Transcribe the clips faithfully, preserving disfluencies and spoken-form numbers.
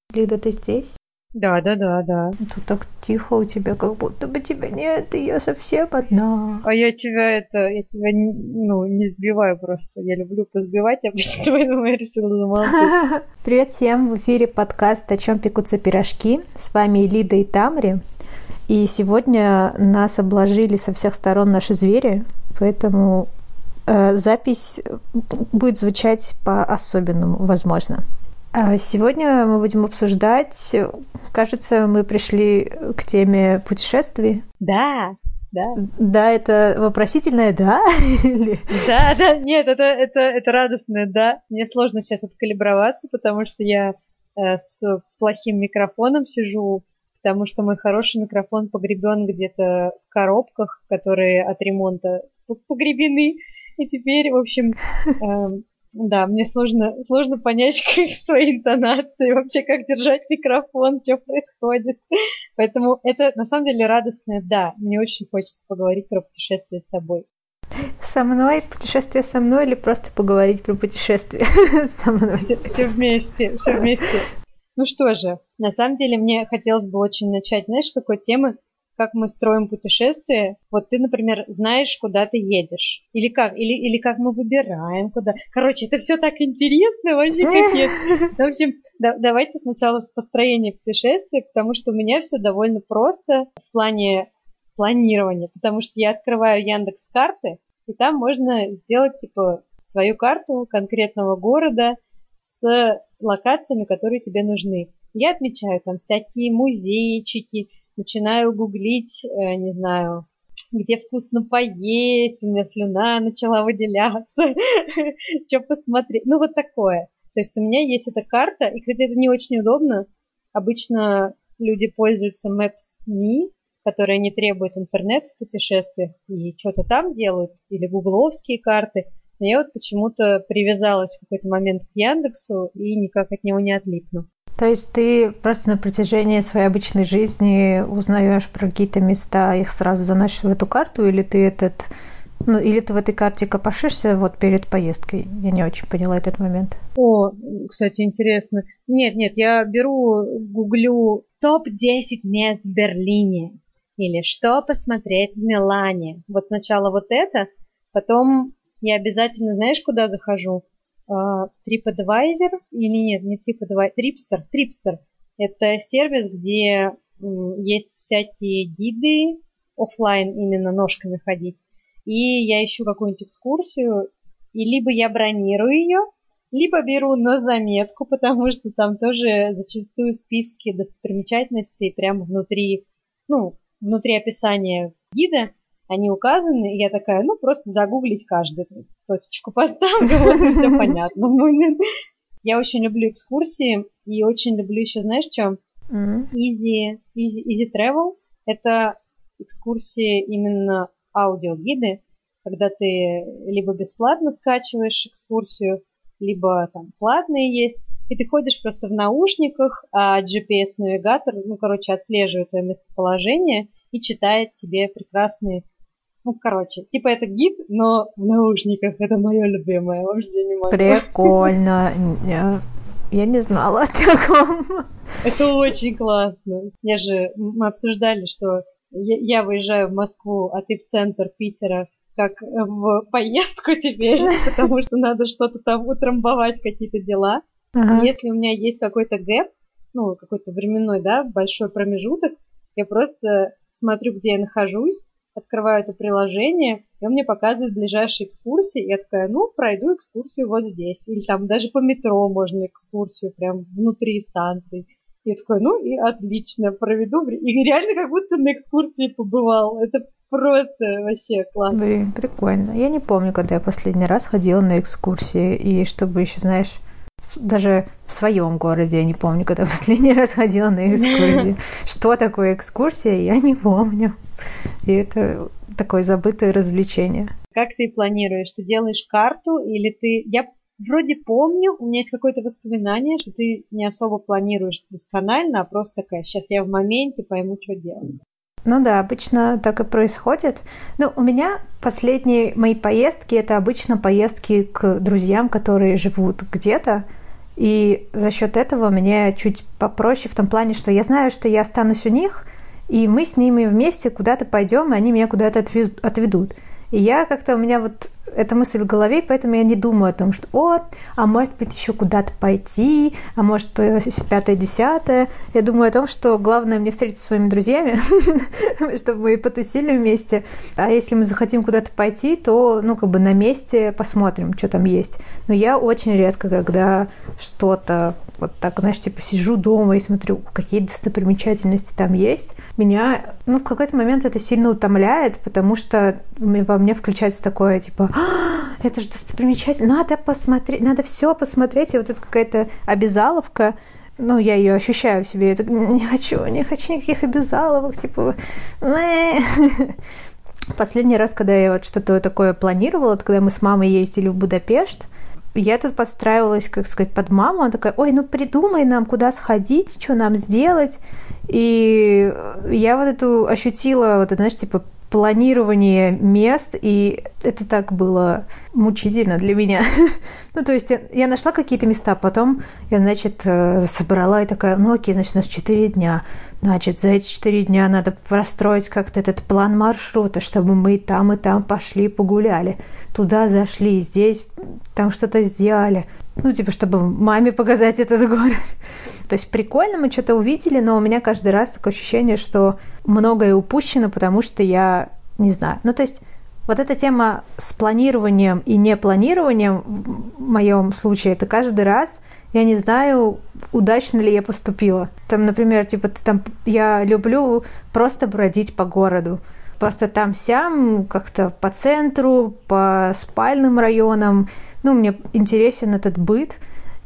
Лида, ты здесь? Да, да, да, да. Тут так тихо у тебя, как будто бы тебя нет, и я совсем одна. А я тебя это, я тебя ну, не сбиваю просто. Я люблю позбивать, а поэтому я решила замолчать. Привет всем, в эфире подкаст «О чем пекутся пирожки». С вами Лида и Тамри. И сегодня нас обложили со всех сторон наши звери, поэтому э, запись будет звучать по-особенному, возможно. Сегодня мы будем обсуждать, кажется, мы пришли к теме путешествий. Да, да. Да, это вопросительное «да»? Да, да, нет, это, это, это радостное «да». Мне сложно сейчас откалиброваться, потому что я э, с плохим микрофоном сижу, потому что мой хороший микрофон погребен где-то в коробках, которые от ремонта погребены. И теперь, в общем... Э, Да, мне сложно, сложно понять как свои интонации, вообще как держать микрофон, что происходит. Поэтому это на самом деле радостное «да». Мне очень хочется поговорить про путешествие с тобой. Со мной? Путешествие со мной или просто поговорить про путешествие со мной? Все, все вместе, все вместе. Ну что же, на самом деле мне хотелось бы очень начать, знаешь, с какой темы? Как мы строим путешествие. Вот ты, например, знаешь, куда ты едешь. Или как, или, или как мы выбираем, куда. Короче, это все так интересно, вообще капец. В общем, да, давайте сначала с построения путешествия, потому что у меня все довольно просто в плане планирования. Потому что я открываю Яндекс.Карты, и там можно сделать, типа, свою карту конкретного города с локациями, которые тебе нужны. Я отмечаю там всякие музейчики, начинаю гуглить, э, не знаю, где вкусно поесть, у меня слюна начала выделяться, что посмотреть. Ну, вот такое. То есть у меня есть эта карта, и, кстати, это не очень удобно. Обычно люди пользуются Maps точка ми, которая не требует интернет в путешествиях, и что-то там делают, или гугловские карты. Но я вот почему-то привязалась в какой-то момент к Яндексу и никак от него не отлипну. То есть ты просто на протяжении своей обычной жизни узнаешь про какие-то места, их сразу заносишь в эту карту, или ты этот, ну, или ты в этой карте копошишься вот перед поездкой? Я не очень поняла этот момент. О, кстати, интересно. Нет, нет, я беру, гуглю топ десять мест в Берлине или что посмотреть в Милане. Вот сначала вот это, потом я обязательно, знаешь, куда захожу? Uh, TripAdvisor или нет, не TripAdvisor, Tripster, Tripster. Это сервис, где м, есть всякие гиды, офлайн именно ножками ходить. И я ищу какую-нибудь экскурсию, и либо я бронирую ее, либо беру на заметку, потому что там тоже зачастую списки достопримечательностей прямо внутри, ну, внутри описания гида. Они указаны, и я такая, ну, просто загуглить каждый, то есть точечку поставлю, вот и все понятно будет. Я очень люблю экскурсии, и очень люблю еще, знаешь, что? Easy, easy, easy Travel. Это экскурсии именно аудиогиды, когда ты либо бесплатно скачиваешь экскурсию, либо там платные есть, и ты ходишь просто в наушниках, а джи пи эс-навигатор, ну, короче, отслеживает твое местоположение и читает тебе прекрасные. Ну, короче, типа это гид, но в наушниках. Это мое любимое, вообще не могу. Прикольно. Я не знала о таком. Это очень классно. Я же, мы обсуждали, что я, я выезжаю в Москву, а ты в центр Питера, как в поездку теперь, потому что надо что-то там утрамбовать, какие-то дела. Ага. Если у меня есть какой-то гэп, ну, какой-то временной, да, большой промежуток, я просто смотрю, где я нахожусь, открываю это приложение, и он мне показывает ближайшие экскурсии, и я такая, ну, пройду экскурсию вот здесь. Или там даже по метро можно экскурсию прям внутри станции. И я такая, ну, и отлично, проведу. И реально как будто на экскурсии побывал. Это просто вообще классно. Блин, прикольно. Я не помню, когда я последний раз ходила на экскурсии, и чтобы еще, знаешь, даже в своем городе я не помню, когда я последний раз ходила на экскурсию. Что такое экскурсия, я не помню. И это такое забытое развлечение. Как ты планируешь? Ты делаешь карту или ты... Я вроде помню, у меня есть какое-то воспоминание, что ты не особо планируешь досконально, а просто такая, сейчас я в моменте пойму, что делать. Ну да, обычно так и происходит. Но у меня последние мои поездки – это обычно поездки к друзьям, которые живут где-то. И за счет этого мне чуть попроще в том плане, что я знаю, что я останусь у них, и мы с ними вместе куда-то пойдем, и они меня куда-то отведут. И я как-то, у меня вот эта мысль в голове, поэтому я не думаю о том, что «О, а может быть еще куда-то пойти, а может пятое-десятое». Я думаю о том, что главное мне встретиться со своими друзьями, чтобы мы потусили вместе. А если мы захотим куда-то пойти, то, ну, как бы на месте посмотрим, что там есть. Но я очень редко, когда что-то вот так, знаешь, типа сижу дома и смотрю, какие достопримечательности там есть, меня, ну, в какой-то момент это сильно утомляет, потому что во мне включается такое, типа, а, это же достопримечательно, надо посмотреть, надо все посмотреть, и вот это какая-то обязаловка, ну, я ее ощущаю в себе, я так, не хочу, не хочу никаких обязаловок, типа, последний раз, когда я вот что-то такое планировала, это когда мы с мамой ездили в Будапешт, я тут подстраивалась, как сказать, под маму. Она такая, ой, ну придумай нам, куда сходить, что нам сделать. И я вот эту ощутила, вот это, знаешь, типа планирование мест, и это так было мучительно для меня. Ну, то есть я, я нашла какие-то места, потом я, значит, собрала и такая, ну окей, значит, у нас четыре дня. Значит, за эти четыре дня надо простроить как-то этот план маршрута, чтобы мы и там, и там пошли, погуляли. Туда зашли, здесь там что-то сделали. Ну, типа, чтобы маме показать этот город. То есть прикольно, мы что-то увидели, но у меня каждый раз такое ощущение, что многое упущено, потому что я не знаю. Ну, то есть вот эта тема с планированием и непланированием в моем случае, это каждый раз я не знаю, удачно ли я поступила. Там, например, типа, ты там, я люблю просто бродить по городу. Просто там-сям, как-то по центру, по спальным районам. Ну, мне интересен этот быт,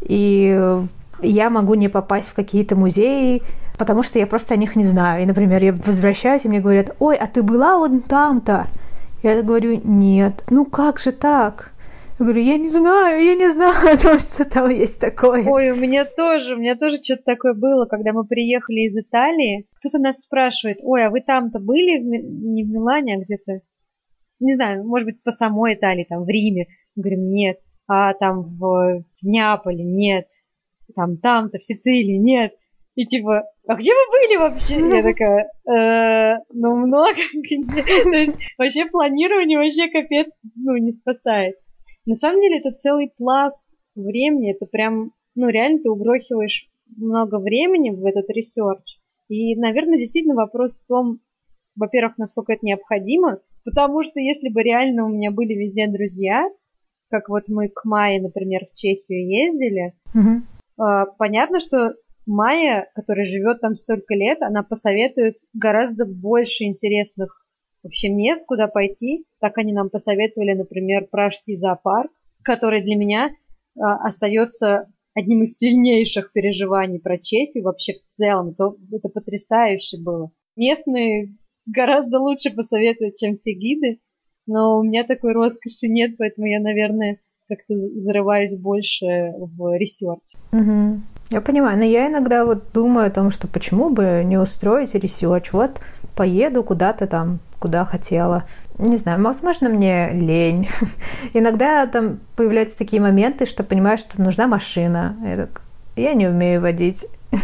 и я могу не попасть в какие-то музеи, потому что я просто о них не знаю. И, например, я возвращаюсь, и мне говорят, ой, а ты была вон там-то? Я говорю, нет. Ну, как же так? Я говорю, я не знаю, я не знаю о том, что там есть такое. Ой, у меня тоже, у меня тоже что-то такое было, когда мы приехали из Италии. Кто-то нас спрашивает, ой, а вы там-то были? Не в Милане, а где-то? Не знаю, может быть, по самой Италии, там, в Риме. Мы говорим, нет. А там в, в Неаполе? Нет. Там, там-то, в Сицилии? Нет. И типа, а где вы были вообще? Я такая, э, ну, много где. То есть вообще планирование вообще капец, ну, не спасает. На самом деле это целый пласт времени, это прям, ну, реально ты угрохиваешь много времени в этот ресерч. И, наверное, действительно вопрос в том, во-первых, насколько это необходимо, потому что если бы реально у меня были везде друзья, как вот мы к Майе, например, в Чехию ездили, Mm-hmm. э, понятно, что Майя, которая живет там столько лет, она посоветует гораздо больше интересных вообще мест, куда пойти. Так они нам посоветовали, например, Пражский зоопарк, который для меня э, остается одним из сильнейших переживаний про Чехию вообще в целом. Это, это потрясающе было. Местные гораздо лучше посоветуют, чем все гиды, но у меня такой роскоши нет, поэтому я, наверное, как-то зарываюсь больше в ресерч. Угу. Я понимаю, но я иногда вот думаю о том, что почему бы не устроить ресерч. Вот поеду куда-то там, куда хотела. Не знаю, возможно, мне лень. Иногда там появляются такие моменты, что понимаешь, что нужна машина. Я так, я не умею водить.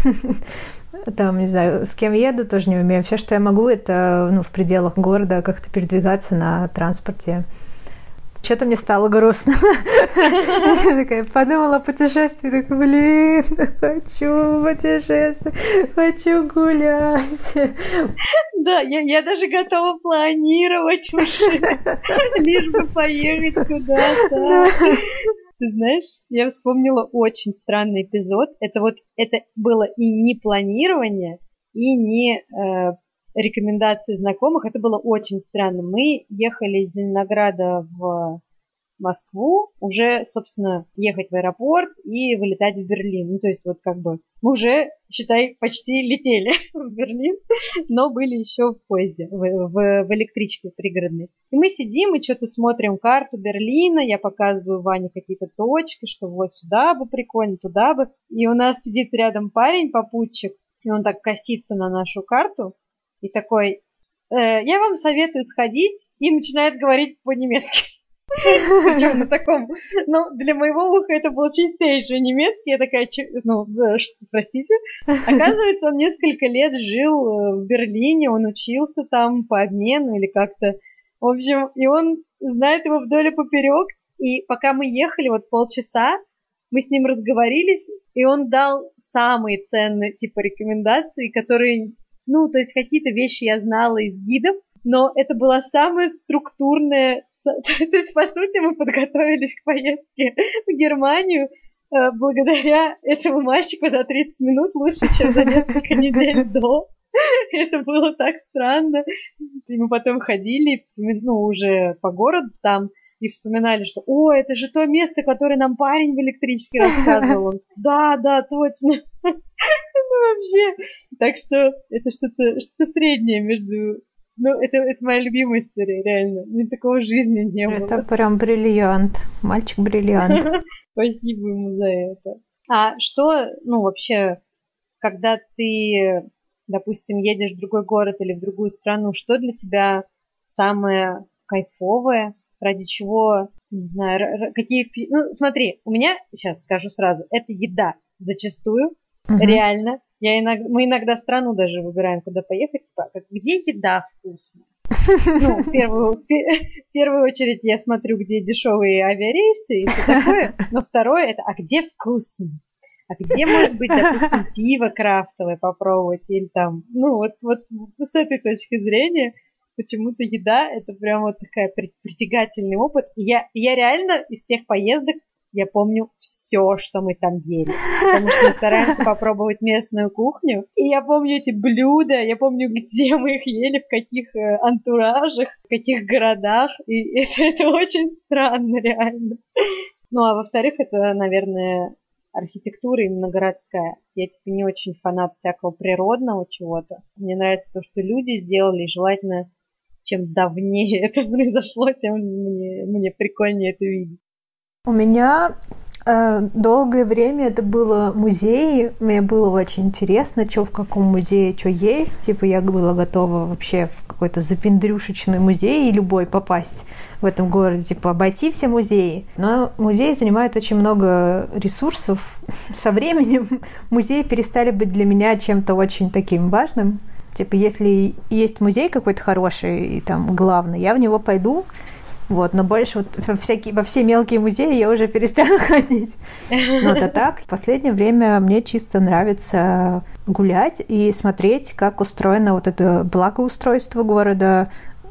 Там, не знаю, с кем еду, тоже не умею. Все, что я могу, это, ну, в пределах города как-то передвигаться на транспорте. Что-то мне стало грустно. Я такая подумала о путешествии, такая, блин, хочу путешествовать, хочу гулять. Да, я, я даже готова планировать уже, лишь бы поехать куда-то. Ты знаешь, я вспомнила очень странный эпизод. Это вот, это было и не планирование, и не э, рекомендации знакомых. Это было очень странно. Мы ехали из Зеленограда в Москву, уже, собственно, ехать в аэропорт и вылетать в Берлин. Ну, то есть вот как бы мы уже, считай, почти летели в Берлин, но были еще в поезде, в, в, в электричке пригородной. И мы сидим и что-то смотрим карту Берлина, я показываю Ване какие-то точки, что вот сюда бы прикольно, туда бы. И у нас сидит рядом парень, попутчик, и он так косится на нашу карту и такой, э, я вам советую сходить, и начинает говорить по-немецки. Причем на таком, ну, для моего уха это был чистейший немецкий. Я такая, ну, простите. Оказывается, он несколько лет жил в Берлине, он учился там по обмену или как-то. В общем, и он знает его вдоль и поперек. И пока мы ехали, вот полчаса, мы с ним разговорились, и он дал самые ценные, типа, рекомендации, которые, ну, то есть какие-то вещи я знала из гидов, но это была самая структурная... То есть, по сути, мы подготовились к поездке в Германию благодаря этому мальчику за тридцать минут лучше, чем за несколько недель до. Это было так странно. И мы потом ходили и вспоминали, ну, уже по городу там, и вспоминали, что, о, это же то место, которое нам парень в электричке рассказывал. Он, да, да, точно. Ну, вообще. Так что это что-то что среднее между... Ну, это, это моя любимая история, реально. Мне такого в жизни не было. Это прям бриллиант. Мальчик-бриллиант. Спасибо ему за это. А что, ну, вообще, когда ты, допустим, едешь в другой город или в другую страну, что для тебя самое кайфовое, ради чего, не знаю, какие... Ну, смотри, у меня, сейчас скажу сразу, это еда зачастую, uh-huh. реально. Я иногда, мы иногда страну даже выбираем, куда поехать, типа, как, где еда вкусная. Ну, в первую, в первую очередь я смотрю, где дешевые авиарейсы и все такое, но второе это, а где вкусно? А где, может быть, допустим, пиво крафтовое попробовать или там, ну, вот, вот с этой точки зрения почему-то еда это прям вот такая притягательный опыт. И я, я реально из всех поездок я помню все, что мы там ели. Потому что мы стараемся попробовать местную кухню. И я помню эти блюда, я помню, где мы их ели, в каких антуражах, в каких городах. И это, это очень странно, реально. Ну, а во-вторых, это, наверное, архитектура именно городская. Я, типа, не очень фанат всякого природного чего-то. Мне нравится то, что люди сделали, и желательно, чем давнее это произошло, тем мне, мне прикольнее это видеть. У меня э, долгое время это было музеи. Мне было очень интересно, что в каком музее что есть. Типа я была готова вообще в какой-то запендрюшечный музей любой попасть в этом городе, типа обойти все музеи. Но музеи занимают очень много ресурсов. Со временем музеи перестали быть для меня чем-то очень таким важным. Типа если есть музей какой-то хороший и там главный, я в него пойду. Вот, но больше вот во, всякие, во все мелкие музеи я уже перестала ходить. Вот, а так, в последнее время мне чисто нравится гулять и смотреть, как устроено вот это благоустройство города,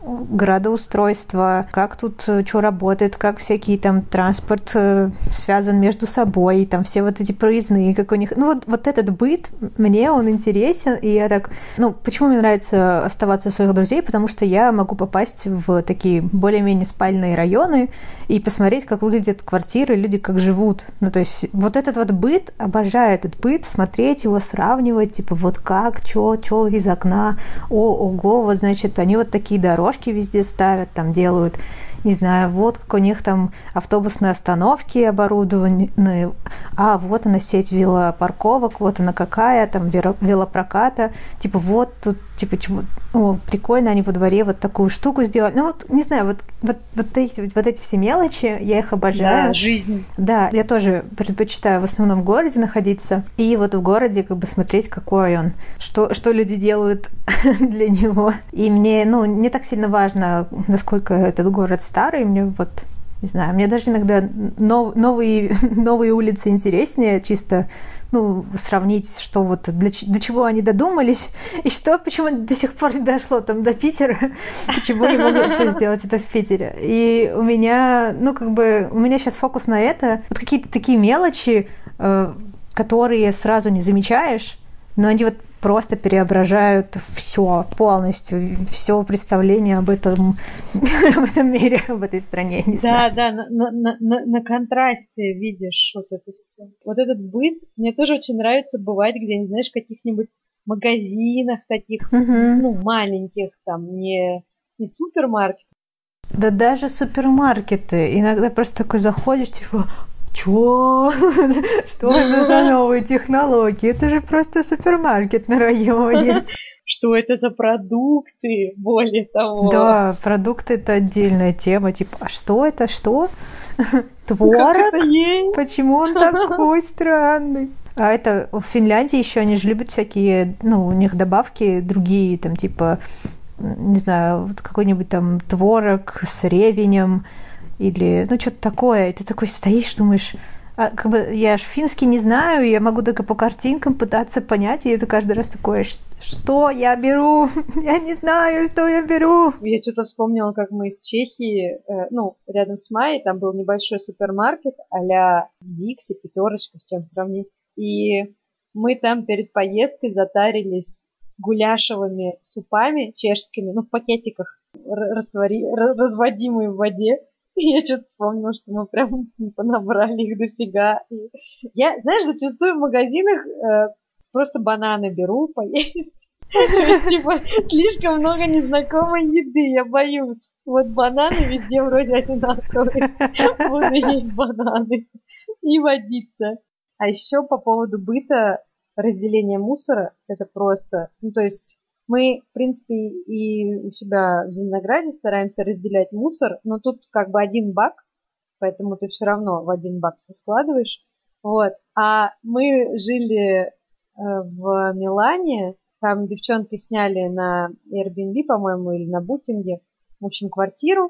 градоустройство, как тут что работает, как всякий там транспорт э, связан между собой, и там все вот эти проездные, как у них... Ну, вот, вот этот быт, мне он интересен, и я так... Ну, почему мне нравится оставаться у своих друзей? Потому что я могу попасть в такие более-менее спальные районы и посмотреть, как выглядят квартиры, люди как живут. Ну, то есть вот этот вот быт, обожаю этот быт, смотреть его, сравнивать, типа вот как, что, что из окна, о, ого, вот, значит, они вот такие дорожки везде ставят, там делают, не знаю, вот как у них там автобусные остановки оборудованы, а вот она сеть велопарковок, вот она какая, там велопроката, типа вот тут, типа, чего, о, прикольно, они во дворе вот такую штуку сделали. Ну вот, не знаю, вот, вот, вот, эти, вот эти все мелочи, я их обожаю. Да, жизнь. Да, я тоже предпочитаю в основном в городе находиться, и вот в городе как бы смотреть, какой он, что, что люди делают для него. И мне, ну, не так сильно важно, насколько этот город старый, мне вот, не знаю, мне даже иногда нов, новые, новые улицы интереснее, чисто, ну, сравнить, что вот для, до чего они додумались, и что, почему до сих пор не дошло там до Питера, почему не могут сделать это в Питере. И у меня, ну, как бы, у меня сейчас фокус на это, вот какие-то такие мелочи, э, которые сразу не замечаешь, но они вот просто преображают все полностью, все представление об этом, об этом мире, об этой стране. Не да, знаю. да, на, на, на, на контрасте видишь вот это все. Вот этот быт, мне тоже очень нравится бывать где-нибудь, знаешь, в каких-нибудь магазинах таких, uh-huh. ну, маленьких, там, не, не супермаркетах. Да даже супермаркеты. Иногда просто такой заходишь, типа... Чё? Что это за новые технологии? Это же просто супермаркет на районе. что это за продукты, более того. Да, продукты — это отдельная тема, типа, а что это, что? Как Творог? это есть? Почему он такой странный? А это в Финляндии еще они же любят всякие, ну, у них добавки другие, там, типа, не знаю, вот какой-нибудь там творог с ревенем или, ну, что-то такое. И ты такой стоишь, думаешь, а, как бы я ж финский не знаю, я могу только по картинкам пытаться понять, и это каждый раз такое, что я беру? Я не знаю, что я беру. Я что-то вспомнила, как мы из Чехии, э, ну, рядом с Майей, там был небольшой супермаркет а-ля Дикси, пятерочка, с чем сравнить. И мы там перед поездкой затарились гуляшевыми супами чешскими, ну, в пакетиках, раствори, разводимые в воде. И я что-то вспомнила, что мы прям понабрали их дофига. И я, знаешь, зачастую в магазинах э, просто бананы беру поесть. То есть, типа, слишком много незнакомой еды, я боюсь. Вот бананы везде вроде одинаковые. Буду есть бананы и водиться. А еще по поводу быта, разделения мусора, это просто, ну, то есть мы, в принципе, и у себя в Зеленограде стараемся разделять мусор, но тут как бы один бак, поэтому ты все равно в один бак все складываешь. Вот. А мы жили э, в Милане, там девчонки сняли на Airbnb, по-моему, или на Букинге, в общем, квартиру,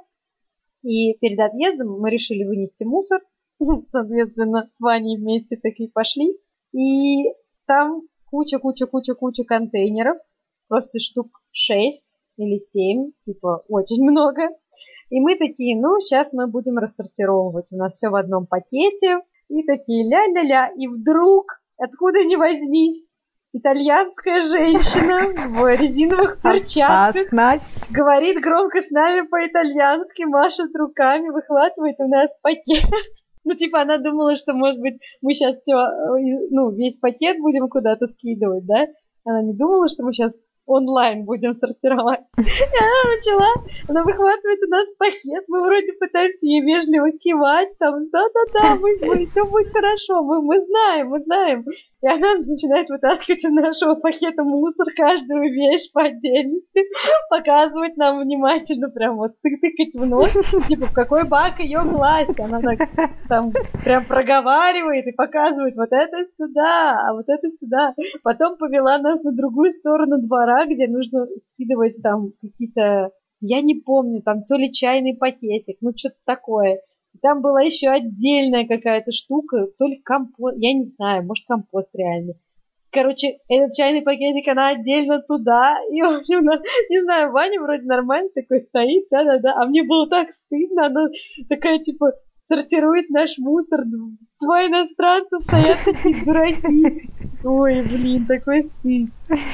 и перед отъездом мы решили вынести мусор. Соответственно, с Ваней вместе такие пошли. И там куча-куча-куча-куча контейнеров. Просто штук шесть или семь. Типа, очень много. И мы такие, ну, сейчас мы будем рассортировывать. У нас все в одном пакете. И такие ля-ля-ля. И вдруг, откуда ни возьмись, итальянская женщина в резиновых перчатках Опасность. говорит громко с нами по-итальянски, машет руками, выхватывает у нас пакет. Ну, типа, она думала, что, может быть, мы сейчас все, ну, весь пакет будем куда-то скидывать, да? Она не думала, что мы сейчас онлайн будем сортировать. И она начала, она выхватывает у нас пакет, мы вроде пытаемся ей вежливо кивать, там, да-да-да, мы, мы, все будет хорошо, мы, мы знаем, мы знаем. И она начинает вытаскивать из нашего пакета мусор, каждую вещь по отдельности, показывать нам внимательно, прям вот тыкать в нос, типа, в какой бак ее класть. Она так там прям проговаривает и показывает, вот это сюда, а вот это сюда. Потом повела нас на другую сторону двора, где нужно скидывать там какие-то, я не помню, там то ли чайный пакетик, ну что-то такое. И там была еще отдельная какая-то штука, то ли компост, я не знаю, может компост реально. Короче, этот чайный пакетик, она отдельно туда, и, в общем, она, не знаю, Ваня вроде нормально такой стоит, да-да-да, а мне было так стыдно, она такая, типа, сортирует наш мусор, два иностранца стоят такие дураки. Ой, блин, такой стыд.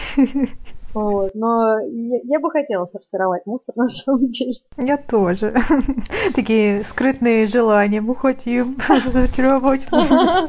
Вот, но я, я бы хотела сортировать мусор, на самом деле. Я тоже. Такие скрытные желания. Мы хотим сортировать мусор.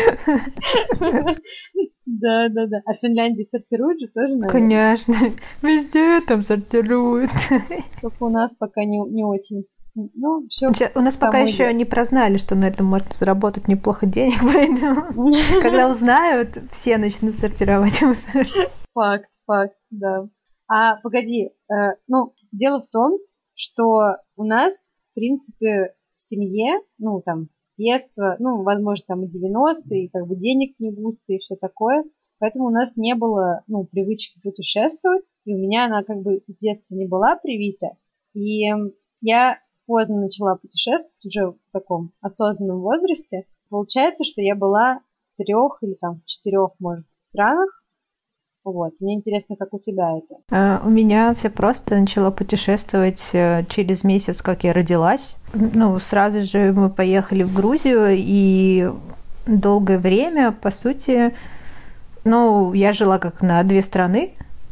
Да, да, да. А в Финляндии сортируют же тоже, наверное? Конечно. Везде там сортируют. Только у нас пока не, не очень. Ну, все. У нас пока еще идет. Не прознали, что на этом можно заработать неплохо денег, поэтому когда узнают, все начнут сортировать мусор. Факт, факт, да. А погоди, э, ну, дело в том, что у нас, в принципе, в семье, ну, там, детство, ну, возможно, там и девяностые, и как бы денег не густо, и все такое. Поэтому у нас не было, ну, привычки путешествовать, и у меня она как бы с детства не была привита. И я поздно начала путешествовать, уже в таком осознанном возрасте. Получается, что я была в трех или там в четырех, может, странах. Вот. Мне интересно, как у тебя это? А, у меня все просто. Начала путешествовать через месяц, как я родилась. Ну, сразу же мы поехали в Грузию, и долгое время, по сути, ну, я жила как на две страны.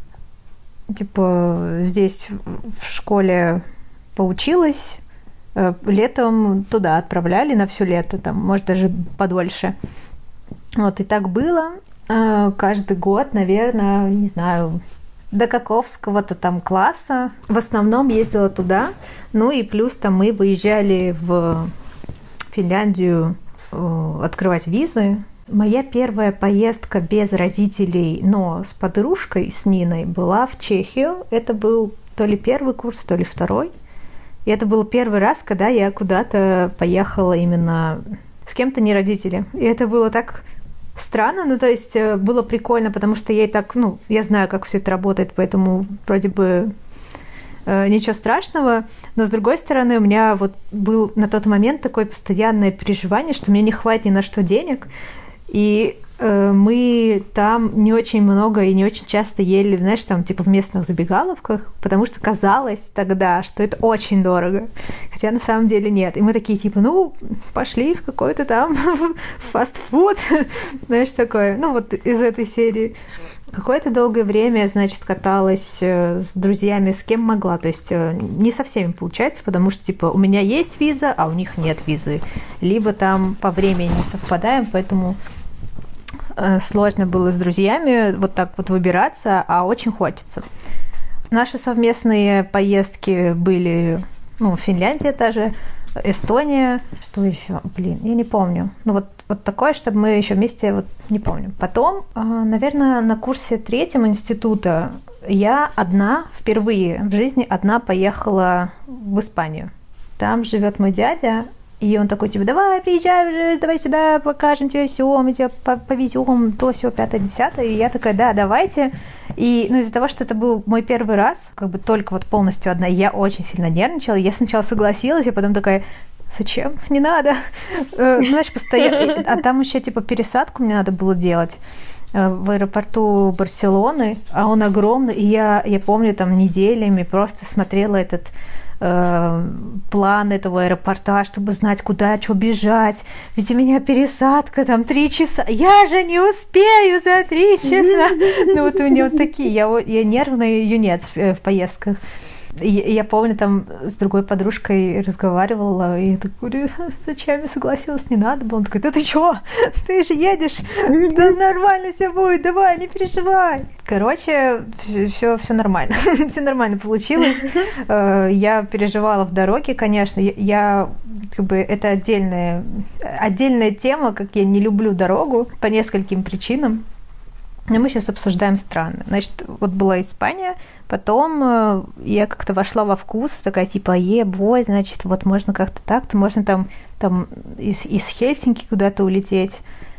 Типа, здесь в школе поучилась, летом туда отправляли на все лето, там, может, даже подольше. Вот, и так было. Каждый год, наверное, не знаю, до каковского-то там класса. В основном ездила туда. Ну и плюс там мы выезжали в Финляндию открывать визы. Моя первая поездка без родителей, но с подружкой, с Ниной, была в Чехию. Это был то ли первый курс, то ли второй. И это был первый раз, когда я куда-то поехала именно с кем-то, не родители. И это было так странно, ну то есть было прикольно, потому что я и так, ну, я знаю, как все это работает, поэтому вроде бы э, ничего страшного. Но с другой стороны, у меня вот был на тот момент такое постоянное переживание, что мне не хватит ни на что денег. И э, мы там не очень много и не очень часто ели, знаешь, там типа в местных забегаловках, потому что казалось тогда, что это очень дорого. Хотя на самом деле нет. И мы такие типа, ну, пошли в какой-то там фастфуд, знаешь, такое. Ну, вот из этой серии. Какое-то долгое время, значит, каталась с друзьями, с кем могла. То есть не со всеми получается, потому что, типа, у меня есть виза, а у них нет визы. Либо там по времени не совпадаем, поэтому сложно было с друзьями вот так вот выбираться, а очень хочется. Наши совместные поездки были, ну, Финляндия та же, Эстония, что еще? Блин, я не помню. Ну вот, вот такое, чтобы мы еще вместе, вот не помню. Потом, наверное, на курсе третьем института я одна, впервые в жизни одна поехала в Испанию. Там живет мой дядя, и он такой, типа, давай, приезжай, давай сюда, покажем тебе все, мы тебя повезем, то, все, пятое, десятое. И я такая, да, давайте. И, ну, из-за того, что это был мой первый раз, как бы только вот полностью одна, я очень сильно нервничала. Я сначала согласилась, а потом такая, зачем? Не надо. Знаешь, постоянно... А там еще, типа, пересадку мне надо было делать в аэропорту Барселоны, а он огромный, и я, я помню, там неделями просто смотрела этот план этого аэропорта, чтобы знать, куда, что бежать. Ведь у меня пересадка там три часа. Я же не успею за три часа. Ну вот у меня вот такие. Я, я нервная юнец в, в поездках. И я помню, там с другой подружкой разговаривала, и я так говорю, зачем я согласилась, не надо было. Он такой, да ты чё? Ты же едешь, да нормально все будет, давай, не переживай. Короче, все, все нормально, все нормально получилось. Я переживала в дороге, конечно, я, как бы, это отдельная, отдельная тема, как я не люблю дорогу по нескольким причинам. Но мы сейчас обсуждаем страны. Значит, вот была Испания, потом я как-то вошла во вкус, такая типа, е-бой, значит, вот можно как-то так-то, можно там, там из, из Хельсинки куда-то улететь.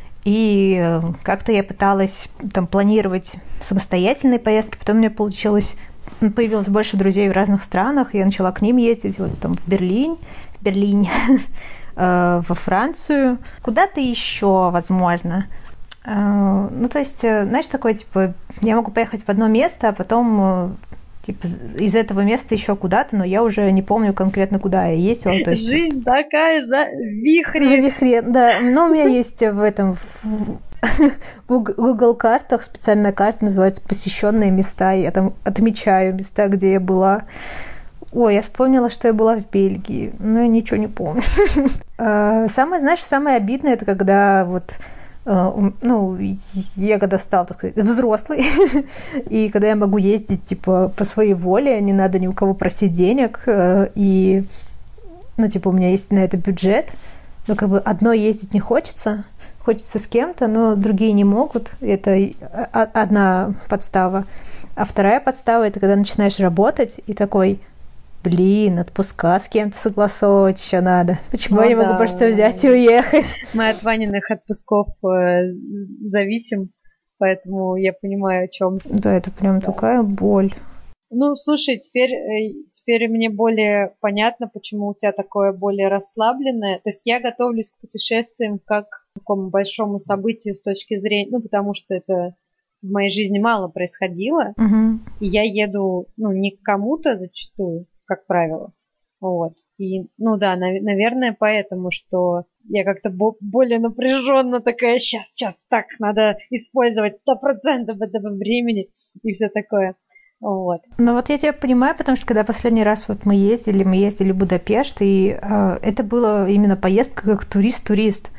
И как-то я пыталась там планировать самостоятельные поездки, потом у меня получилось, появилось больше друзей в разных странах, я начала к ним ездить, вот там в Берлин, в Берлине, во Францию, куда-то еще, возможно. Ну, то есть, знаешь, такое, типа, я могу поехать в одно место, а потом, типа, из этого места еще куда-то, но я уже не помню конкретно, куда я ездила. То есть, жизнь вот, такая за вихре. За вихре, да. Но у меня есть в этом, в Google картах специальная карта, называется «Посещенные места». Я там отмечаю места, где я была. Ой, я вспомнила, что я была в Бельгии, но я ничего не помню. Самое, знаешь, самое обидное, это когда вот... Ну, я когда стала, так сказать, взрослой, и когда я могу ездить, типа, по своей воле, не надо ни у кого просить денег, и, ну, типа, у меня есть на это бюджет, но, как бы, одной ездить не хочется, хочется с кем-то, но другие не могут, это одна подстава, а вторая подстава, это когда начинаешь работать, и такой... Блин, отпуска с кем-то согласовывать еще надо. Почему ну, я не да, могу просто взять да. и уехать? Мы от Ваниных отпусков э, зависим, поэтому я понимаю, о чем. Да, это прям да. такая боль. Ну, слушай, теперь, теперь мне более понятно, почему у тебя такое более расслабленное. То есть я готовлюсь к путешествиям как к такому большому событию с точки зрения... Ну, потому что это в моей жизни мало происходило. Угу. И я еду, ну, не к кому-то зачастую, как правило. Вот. И, ну да, нав- наверное, поэтому, что я как-то бо- более напряженно такая, сейчас, сейчас, так, надо использовать сто процентов этого времени и все такое. Вот. Ну вот я тебя понимаю, потому что когда последний раз вот мы ездили, мы ездили в Будапешт, и э, это была именно поездка как турист-турист.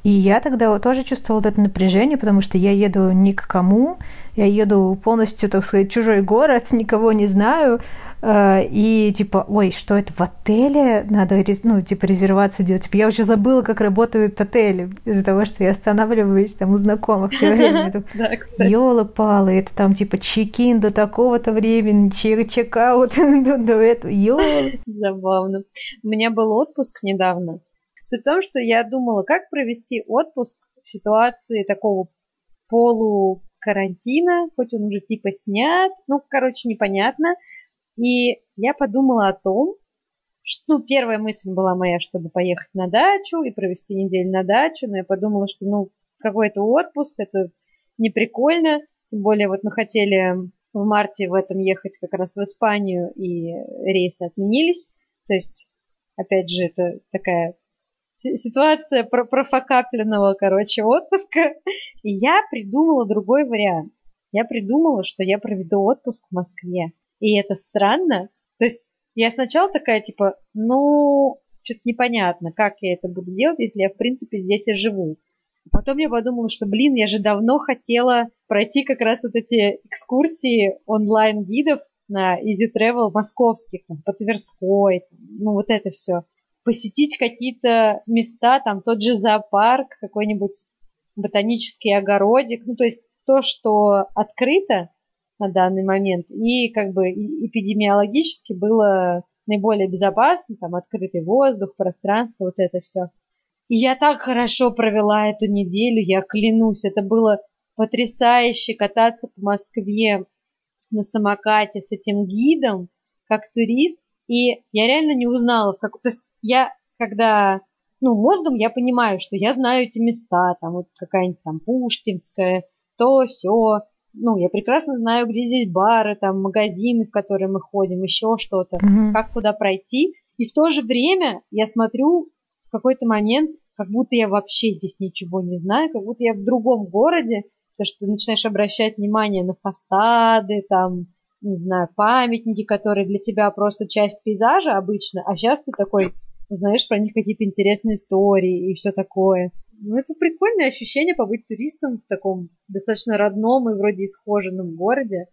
И я тогда вот тоже чувствовала вот это напряжение, потому что я еду ни к кому, я еду полностью, так сказать, в чужой город, никого не знаю, и типа, ой, что это в отеле? Надо, ну, типа, резервацию делать. Типа, я уже забыла, как работают отели из-за того, что я останавливаюсь там у знакомых все время. Ёлы-палы, это там типа чек-ин до такого-то времени, чек-аут до этого. Ёлы. Забавно. У меня был отпуск недавно. Суть в том, что я думала, как провести отпуск в ситуации такого полукарантина, хоть он уже типа снят, ну, короче, непонятно. И я подумала о том, что, ну, первая мысль была моя, чтобы поехать на дачу и провести неделю на дачу, но я подумала, что, ну, какой-то отпуск, это не прикольно, тем более вот мы хотели в марте в этом ехать как раз в Испанию, и рейсы отменились, то есть, опять же, это такая ситуация про профокапленного, короче, отпуска, и я придумала другой вариант. Я придумала, что я проведу отпуск в Москве. И это странно. То есть я сначала такая, типа, ну, что-то непонятно, как я это буду делать, если я, в принципе, здесь и живу. Потом я подумала, что, блин, я же давно хотела пройти как раз вот эти экскурсии онлайн-гидов на Easy Travel московских, там, по Тверской, там, ну, вот это все. Посетить какие-то места, там, тот же зоопарк, какой-нибудь ботанический огородик, ну, то есть то, что открыто на данный момент, и как бы эпидемиологически было наиболее безопасно, там открытый воздух, пространство, вот это все. И я так хорошо провела эту неделю, я клянусь, это было потрясающе кататься по Москве на самокате с этим гидом, как турист, и я реально не узнала, в как... то есть я, когда, ну, мозгом я понимаю, что я знаю эти места, там вот какая-нибудь там Пушкинская, то, сё, ну, я прекрасно знаю, где здесь бары, там, магазины, в которые мы ходим, еще что-то, mm-hmm. как куда пройти. И в то же время я смотрю в какой-то момент, как будто я вообще здесь ничего не знаю, как будто я в другом городе, потому что ты начинаешь обращать внимание на фасады, там, не знаю, памятники, которые для тебя просто часть пейзажа обычно, а сейчас ты такой, знаешь про них какие-то интересные истории и все такое. Ну, это прикольное ощущение побыть туристом в таком достаточно родном и вроде исхоженном городе.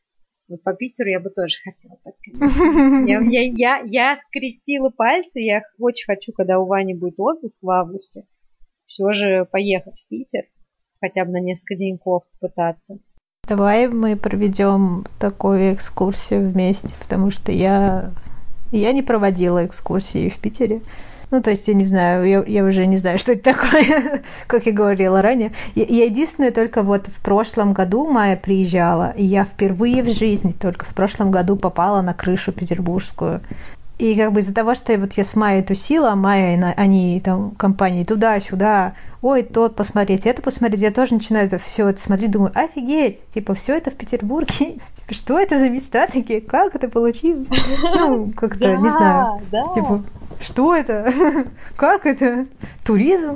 Вот по Питеру я бы тоже хотела так, конечно. Я, я, я, я скрестила пальцы, я очень хочу, когда у Вани будет отпуск в августе, все же поехать в Питер, хотя бы на несколько деньков пытаться. Давай мы проведем такую экскурсию вместе, потому что я, я не проводила экскурсии в Питере. Ну, то есть, я не знаю, я, я уже не знаю, что это такое, как я говорила ранее. Я, я единственное, только вот в прошлом году Майя приезжала, и я впервые в жизни только в прошлом году попала на крышу петербургскую. И как бы из-за того, что вот я с Майей тусила, а Майя, они там компании туда-сюда, ой, тот посмотреть, это посмотреть, я тоже начинаю это все это смотреть, думаю, офигеть, типа, все это в Петербурге, что это за места такие, как это получилось? Ну, как-то, не знаю, типа... Что это? Как это? Туризм?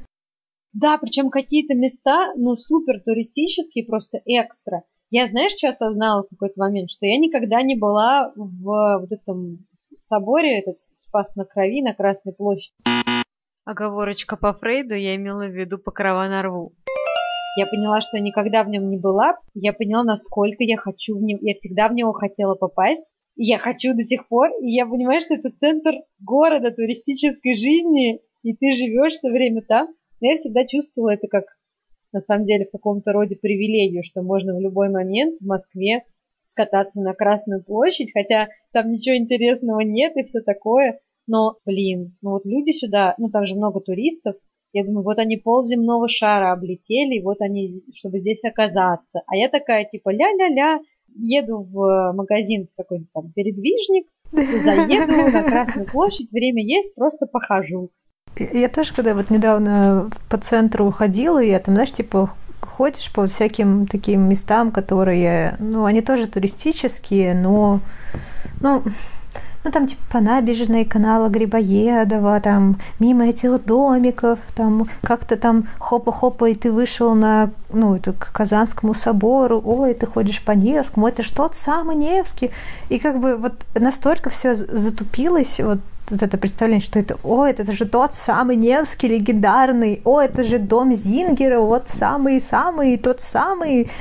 Да, причем какие-то места, ну, супер туристические, просто экстра. Я, знаешь, что осознала в какой-то момент? Что я никогда не была в вот этом соборе, этот Спас на Крови, на Красной площади. Оговорочка по Фрейду, я имела в виду Покрова на рву. Я поняла, что я никогда в нем не была. Я поняла, насколько я хочу в него, я всегда в него хотела попасть. И я хочу до сих пор, и я понимаю, что это центр города, туристической жизни, и ты живешь все время там. Но я всегда чувствовала это как, на самом деле, в каком-то роде привилегию, что можно в любой момент в Москве скататься на Красную площадь, хотя там ничего интересного нет и все такое. Но, блин, ну вот люди сюда, ну там же много туристов, я думаю, вот они полземного шара облетели, и вот они, чтобы здесь оказаться. А я такая, типа, ля-ля-ля, еду в магазин какой-нибудь там передвижник, заеду на Красную площадь, время есть, просто похожу. Я тоже, когда вот недавно по центру ходила, я там, знаешь, типа ходишь по всяким таким местам, которые, ну, они тоже туристические, но, ну, ну, там, типа, по набережной канала Грибоедова, там, мимо этих домиков, там, как-то там хопа-хопа, и ты вышел на, ну, это, к Казанскому собору, ой, ты ходишь по Невскому, это ж тот самый Невский. И как бы вот настолько все затупилось, вот, вот это представление, что это, о, это же тот самый Невский легендарный, о, это же дом Зингера, вот самый-самый, тот самый,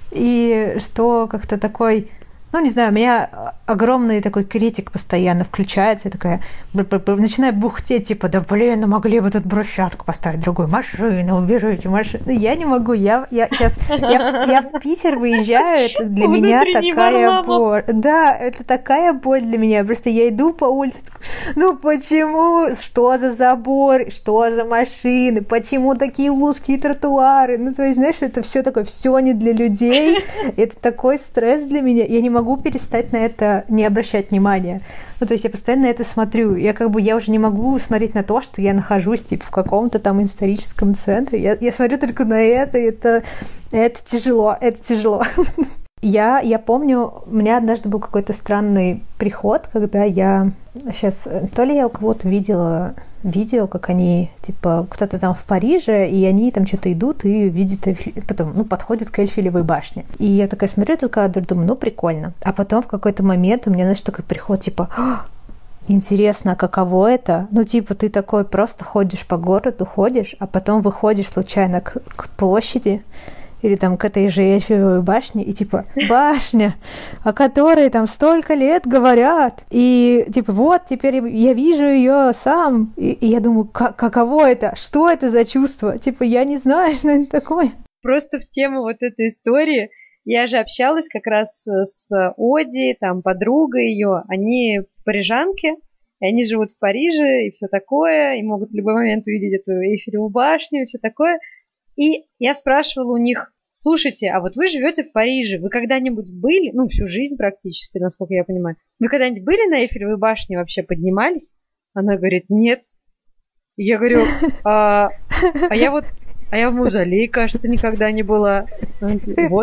и что как-то такой... Ну, не знаю, у меня огромный такой критик постоянно включается, я такая начинаю бухтеть, типа, да блин, ну могли бы тут брусчатку поставить, другую машину, уберите машину. Ну, я не могу, я, я сейчас, я, я в Питер выезжаю, это для меня такая боль. Да, это такая боль для меня, просто я иду по улице, ну почему, что за забор, что за машины, почему такие узкие тротуары, ну, то есть, знаешь, это все такое, все не для людей, это такой стресс для меня, я не могу могу перестать на это не обращать внимания. Ну, то есть я постоянно на это смотрю. Я как бы, я уже не могу смотреть на то, что я нахожусь, типа, в каком-то там историческом центре. Я, я смотрю только на это, и это, это тяжело, это тяжело. Я, я помню, у меня однажды был какой-то странный приход, когда я сейчас, то ли я у кого-то видела видео, как они, типа, кто-то там в Париже, и они там что-то идут и видят, потом, ну, подходят к Эйфелевой башне. И я такая смотрю этот кадр, думаю, ну, прикольно. А потом в какой-то момент у меня, знаешь, такой приход, типа, интересно, а каково это? Ну, типа, ты такой просто ходишь по городу, ходишь, а потом выходишь случайно к, к площади, или там к этой же Эйфелевой башне, и типа, башня, о которой там столько лет говорят, и типа, вот, теперь я вижу ее сам, и, и я думаю, каково это, что это за чувство, типа, я не знаю, что это такое. Просто в тему вот этой истории я же общалась как раз с Оди, там, подругой ее, они парижанки, и они живут в Париже, и все такое, и могут в любой момент увидеть эту Эйфелеву башню, и все такое. И я спрашивала у них, слушайте, а вот вы живете в Париже, вы когда-нибудь были, ну, всю жизнь практически, насколько я понимаю, вы когда-нибудь были на Эйфелевой башне, вообще поднимались? Она говорит, нет. И я говорю, а, а я вот, а я в мавзолее, кажется, никогда не была. Вот.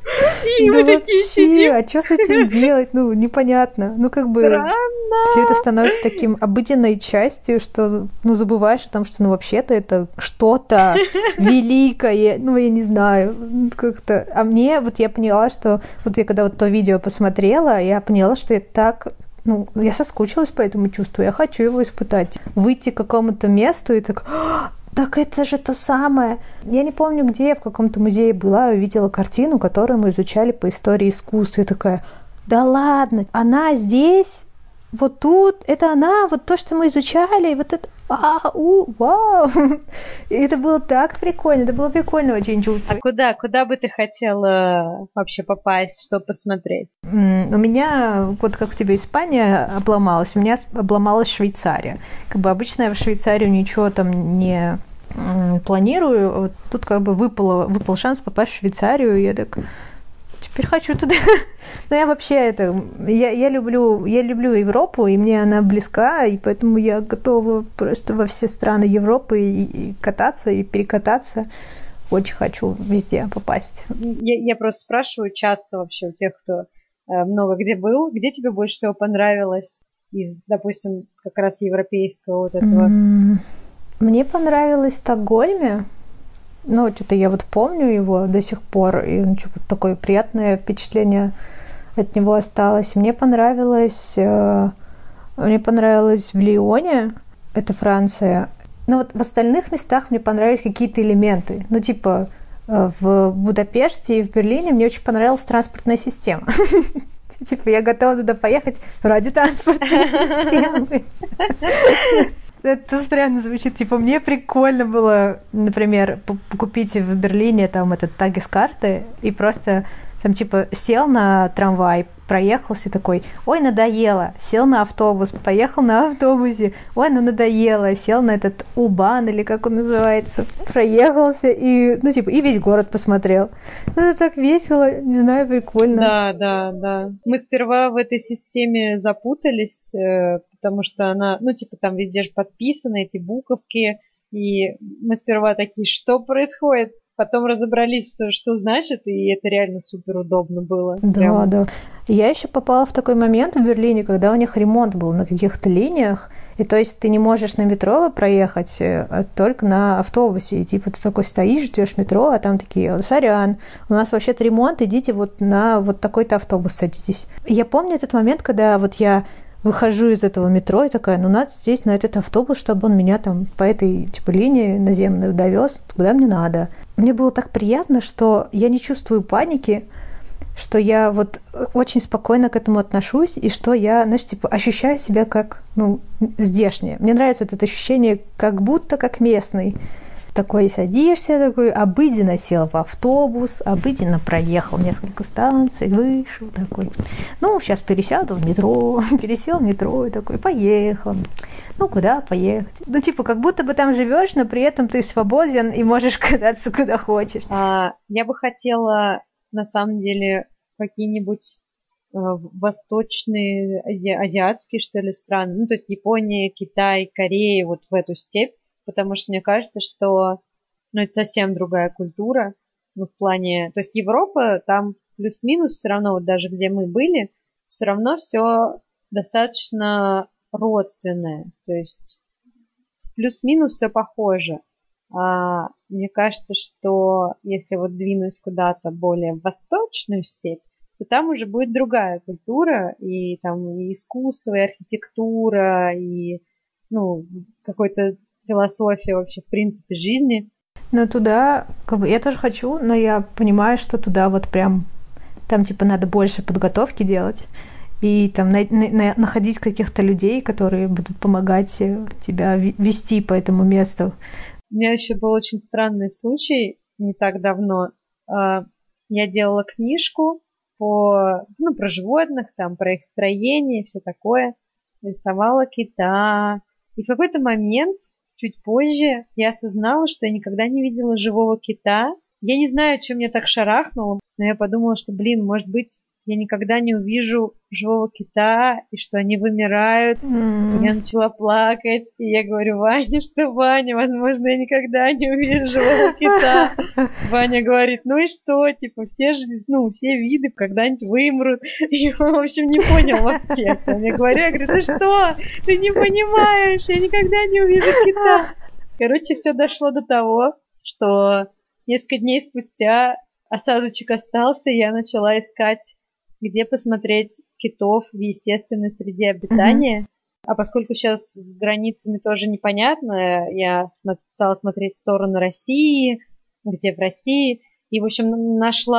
И мы такие сидим. А что с этим делать? Ну, непонятно. Ну, как бы все это становится таким обыденной частью, что, ну, забываешь о том, что, ну, вообще-то это что-то великое. Ну, я не знаю, как-то. А мне, вот я поняла, что, вот я когда вот то видео посмотрела, я поняла, что я так... Ну, я соскучилась по этому чувству, я хочу его испытать. Выйти к какому-то месту и так... Так это же то самое. Я не помню, где я в каком-то музее была, увидела картину, которую мы изучали по истории искусства. Я такая, да ладно, она здесь, вот тут, это она, вот то, что мы изучали, вот это, а, у, вау. И это было так прикольно, это было прикольно очень чувство. А куда, куда бы ты хотела вообще попасть, чтобы посмотреть? Mm, у меня, вот как у тебя Испания обломалась, у меня обломалась Швейцария. Как бы обычно я в Швейцарию ничего там не планирую, вот тут как бы выпало, выпал шанс попасть в Швейцарию, и я так, теперь хочу туда. Но я вообще это, я, я люблю, я люблю Европу, и мне она близка, и поэтому я готова просто во все страны Европы и, и кататься, и перекататься. Очень хочу везде попасть. Я, я просто спрашиваю часто вообще у тех, кто э, много где был, где тебе больше всего понравилось из, допустим, как раз европейского вот этого? Mm. Мне понравилось в Стокгольме. Ну, что-то я вот помню его до сих пор, и ну, что-то такое приятное впечатление от него осталось. Мне понравилось, э, мне понравилось в Лионе, это Франция. Но вот в остальных местах мне понравились какие-то элементы. Ну, типа, э, в Будапеште и в Берлине мне очень понравилась транспортная система. Типа, я готова туда поехать ради транспортной системы. Это странно звучит. Типа, мне прикольно было, например, купить в Берлине там этот тагис-карты и просто там, типа, сел на трамвай, проехался такой, ой, надоело, сел на автобус, поехал на автобусе, ой, ну надоело, сел на этот У-Бан, или как он называется, проехался и, ну, типа, и весь город посмотрел. Это так весело, не знаю, прикольно. Да, да, да. Мы сперва в этой системе запутались, потому что она, ну, типа, там везде же подписаны эти буковки, и мы сперва такие, что происходит? потом разобрались, что, что значит, и это реально супер удобно было. Да, Прям. да. Я еще попала в такой момент в Берлине, когда у них ремонт был на каких-то линиях, и то есть ты не можешь на метро проехать, а только на автобусе. И типа ты такой стоишь, ждешь метро, а там такие: сорян, у нас вообще-то ремонт, идите вот на вот такой-то автобус садитесь. И я помню этот момент, когда вот я выхожу из этого метро и такая: ну надо сесть на этот автобус, чтобы он меня там по этой типа линии наземной довез, куда мне надо. Мне было так приятно, что я не чувствую паники, что я вот очень спокойно к этому отношусь, и что я, знаешь, типа ощущаю себя как, ну, здешняя. Мне нравится вот это ощущение, как будто как местный. Такой садишься, такой обыденно сел в автобус, обыденно проехал несколько станций, вышел такой. Ну, сейчас пересяду в метро, пересел в метро и такой: поехал. Ну, куда поехать? Ну, типа, как будто бы там живешь, но при этом ты свободен и можешь кататься куда хочешь. А, я бы хотела, на самом деле, какие-нибудь э, восточные, ази- азиатские, что ли, страны. Ну, то есть Япония, Китай, Корея, вот в эту степь. Потому что мне кажется, что ну, это совсем другая культура. Ну, в плане... То есть Европа, там плюс-минус все равно, вот даже где мы были, все равно все достаточно родственное. То есть плюс-минус все похоже. А, мне кажется, что если вот двинусь куда-то более в восточную степь, то там уже будет другая культура, и там и искусство, и архитектура, и ну, какой-то философия вообще, в принципе, жизни. Но туда, как бы, я тоже хочу, но я понимаю, что туда вот прям, там типа надо больше подготовки делать, и там на, на, находить каких-то людей, которые будут помогать тебя вести по этому месту. У меня еще был очень странный случай не так давно. Я делала книжку по, ну, про животных, там, про их строение и все такое. Рисовала кита. И в какой-то момент, чуть позже, я осознала, что я никогда не видела живого кита. Я не знаю, что меня так шарахнуло, но я подумала, что, блин, может быть, я никогда не увижу живого кита, и что они вымирают. Mm. И я начала плакать, и я говорю: Ваня, что, Ваня, возможно, я никогда не увижу живого кита. Ваня говорит: ну и что, типа, все же, ну, все виды когда-нибудь вымрут. И он, в общем, не понял вообще, о чем я говорю. Я говорю: ты что, ты не понимаешь, я никогда не увижу кита. Короче, все дошло до того, что несколько дней спустя осадочек остался, и я начала искать, где посмотреть китов в естественной среде обитания. Mm-hmm. А поскольку сейчас с границами тоже непонятно, я стала смотреть в сторону России, где в России. И, в общем,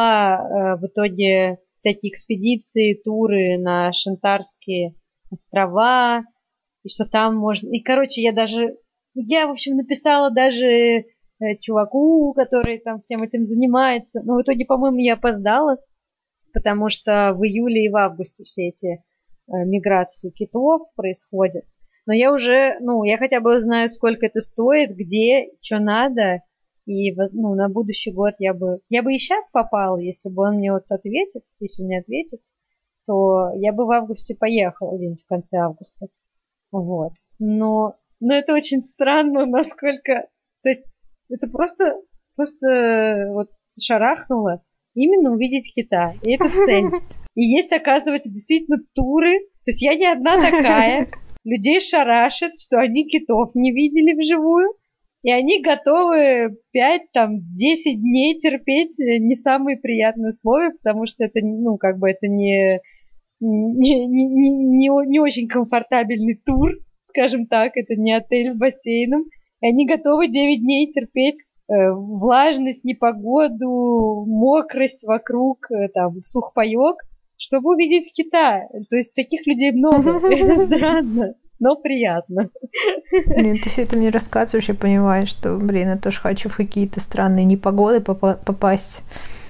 нашла э, в итоге всякие экспедиции, туры на Шантарские острова, и что там можно... И, короче, я даже... Я, в общем, написала даже э, чуваку, который там всем этим занимается. Но в итоге, по-моему, я опоздала, потому что в июле и в августе все эти э, миграции китов происходят. Но я уже, ну, я хотя бы знаю, сколько это стоит, где, что надо, и, ну, на будущий год я бы, я бы и сейчас попала, если бы он мне вот ответит, если он мне ответит, то я бы в августе поехала, где-нибудь в конце августа, вот. Но, но это очень странно, насколько, то есть это просто, просто вот шарахнуло. Именно увидеть кита. И это цель. И есть, оказывается, действительно туры. То есть я не одна такая. Людей шарашит, что они китов не видели вживую. И они готовы пять, там, десять дней терпеть не самые приятные условия, потому что это, ну, как бы это не, не, не, не, не очень комфортабельный тур, скажем так. Это не отель с бассейном. И они готовы девять дней терпеть влажность, непогоду, мокрость вокруг, там, сухпайок, чтобы увидеть кита. То есть таких людей много. Это странно, но приятно. Блин, ты все это мне рассказываешь, я понимаю, что, блин, я тоже хочу в какие-то странные непогоды попасть.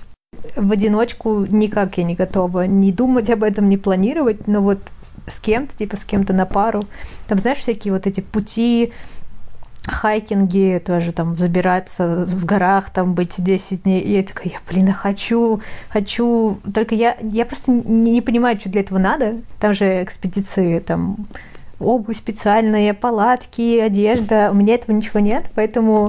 В одиночку никак я не готова не думать об этом, не планировать, но вот с кем-то, типа с кем-то на пару. Там, знаешь, всякие вот эти пути, хайкинги, тоже там забираться в горах, там быть десять дней. И я такая: я, блин, я хочу, хочу. Только я, я просто не, не понимаю, что для этого надо. Там же экспедиции, там обувь специальная, палатки, одежда. У меня этого ничего нет, поэтому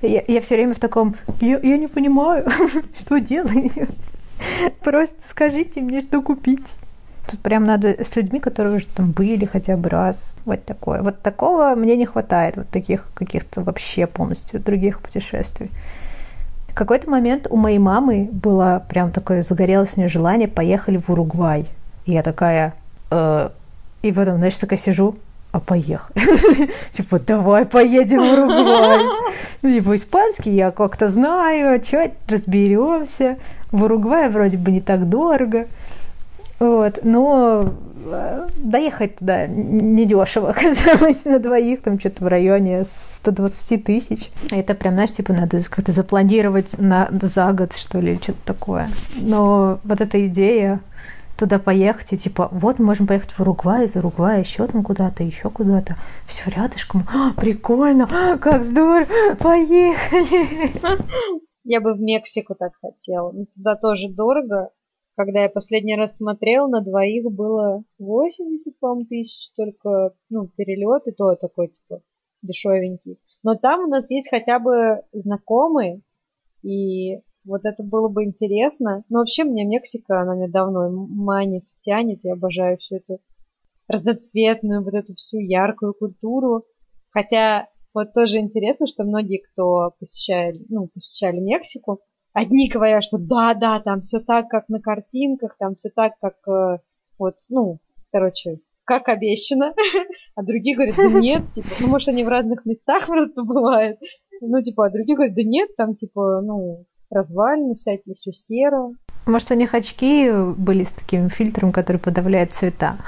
Я, я все время в таком, я, я не понимаю, что делаете. Просто скажите мне, что купить. Тут прям надо с людьми, которые уже там были хотя бы раз. Вот такое. Вот такого мне не хватает. Вот таких каких-то вообще полностью других путешествий. В какой-то момент у моей мамы было прям такое загорелось у нее желание поехали в Уругвай. И я такая... Э, и потом, знаешь, такая сижу, а поехали. Типа, давай поедем в Уругвай. Ну, типа, испанский я как-то знаю, что разберемся. В Уругвае вроде бы не так дорого. Вот, но доехать туда недешево оказалось на двоих, там что-то в районе сто двадцать тысяч. Это прям, знаешь, типа надо как-то запланировать на, за год, что ли, что-то такое. Но вот эта идея туда поехать, и типа, вот мы можем поехать в Уругвай, из Уругвая еще там куда-то, еще куда-то. Все рядышком. А, прикольно, а, как здорово, поехали. Я бы в Мексику так хотела. Но туда тоже дорого. Когда я последний раз смотрела, на двоих было восемьдесят, по-моему, тысяч, только, ну, перелет, и то такой, типа, дешевенький. Но там у нас есть хотя бы знакомые, и вот это было бы интересно. Но вообще мне Мексика, она меня давно манит, тянет, я обожаю всю эту разноцветную, вот эту всю яркую культуру. Хотя вот тоже интересно, что многие, кто посещали, ну, посещали Мексику, одни говорят, что да-да, там все так, как на картинках, там все так, как э, вот, ну, короче, как обещано. А другие говорят, да нет, типа, ну, может, они в разных местах просто бывают. Ну, типа, а другие говорят, да нет, там, типа, ну, развалины всякие, все серо. Может, у них очки были с таким фильтром, который подавляет цвета.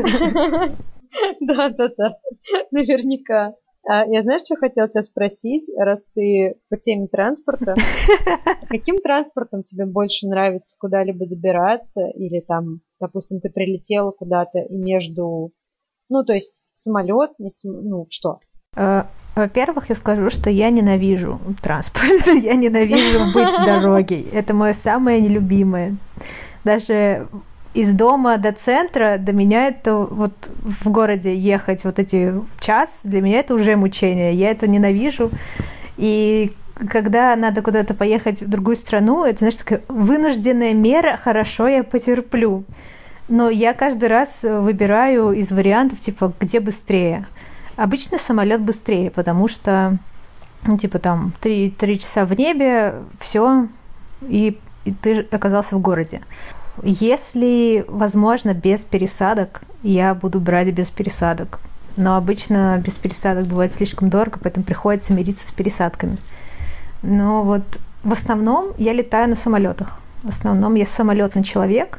Да-да-да, наверняка. А я, знаешь, что хотела тебя спросить, раз ты по теме транспорта? Каким транспортом тебе больше нравится куда-либо добираться? Или там, допустим, ты прилетела куда-то и между... Ну, то есть самолет, не см... ну, что? Во-первых, я скажу, что я ненавижу транспорт. Я ненавижу быть в дороге. Это мое самое нелюбимое. Даже... из дома до центра, до меня это вот в городе ехать вот эти час, для меня это уже мучение. Я это ненавижу. И когда надо куда-то поехать в другую страну, это, знаешь, такая вынужденная мера, хорошо, я потерплю. Но я каждый раз выбираю из вариантов, типа, где быстрее. Обычно самолет быстрее, потому что, ну, типа, там, три, три часа в небе, все, и, и ты оказался в городе. Если возможно без пересадок, я буду брать без пересадок. Но обычно без пересадок бывает слишком дорого, поэтому приходится мириться с пересадками. Но вот в основном я летаю на самолетах. В основном я самолетный человек.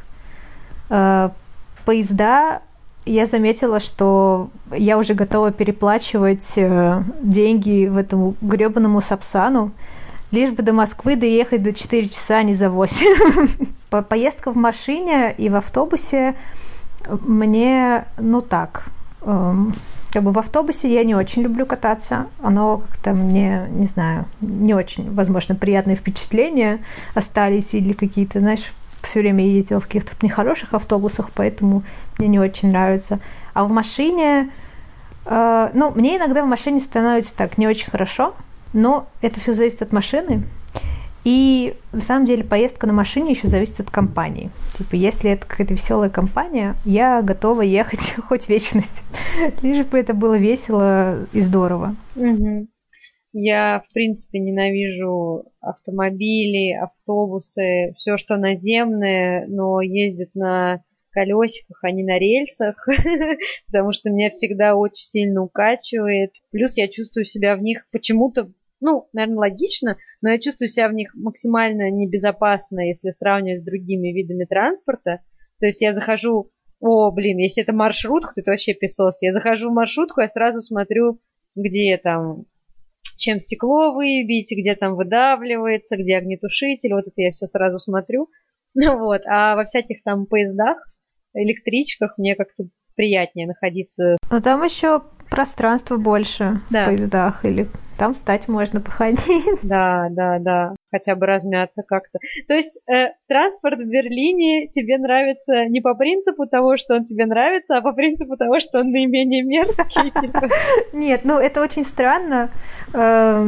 Поезда, я заметила, что я уже готова переплачивать деньги в этому гребаному Сапсану, лишь бы до Москвы доехать до четыре часа, а не за восемь. Поездка в машине и в автобусе мне, ну так, эм, как бы в автобусе я не очень люблю кататься. Оно как-то мне, не знаю, не очень, возможно, приятные впечатления остались или какие-то, знаешь, все время ездила в каких-то нехороших автобусах, поэтому мне не очень нравится. А в машине, э, ну, мне иногда в машине становится так не очень хорошо, но это все зависит от машины. И на самом деле поездка на машине еще зависит от компании. Типа, если это какая-то веселая компания, я готова ехать хоть вечность. Лишь бы это было весело и здорово. Угу. Я, в принципе, ненавижу автомобили, автобусы, все, что наземное, но ездит на колесиках, а не на рельсах, потому что меня всегда очень сильно укачивает. Плюс я чувствую себя в них почему-то, ну, наверное, логично, но я чувствую себя в них максимально небезопасно, если сравнивать с другими видами транспорта. То есть я захожу, о, блин, если это маршрутка, то это вообще песос. Я захожу в маршрутку, я сразу смотрю, где там, чем стекло выбить, где там выдавливается, где огнетушитель, вот это я все сразу смотрю. Вот. А во всяких там поездах, электричках мне как-то приятнее находиться. Но там еще пространство больше, да, в поездах, или там встать можно, походить. Да, да, да, хотя бы размяться как-то. То есть э, транспорт в Берлине тебе нравится не по принципу того, что он тебе нравится, а по принципу того, что он наименее мерзкий. Нет, ну это очень странно.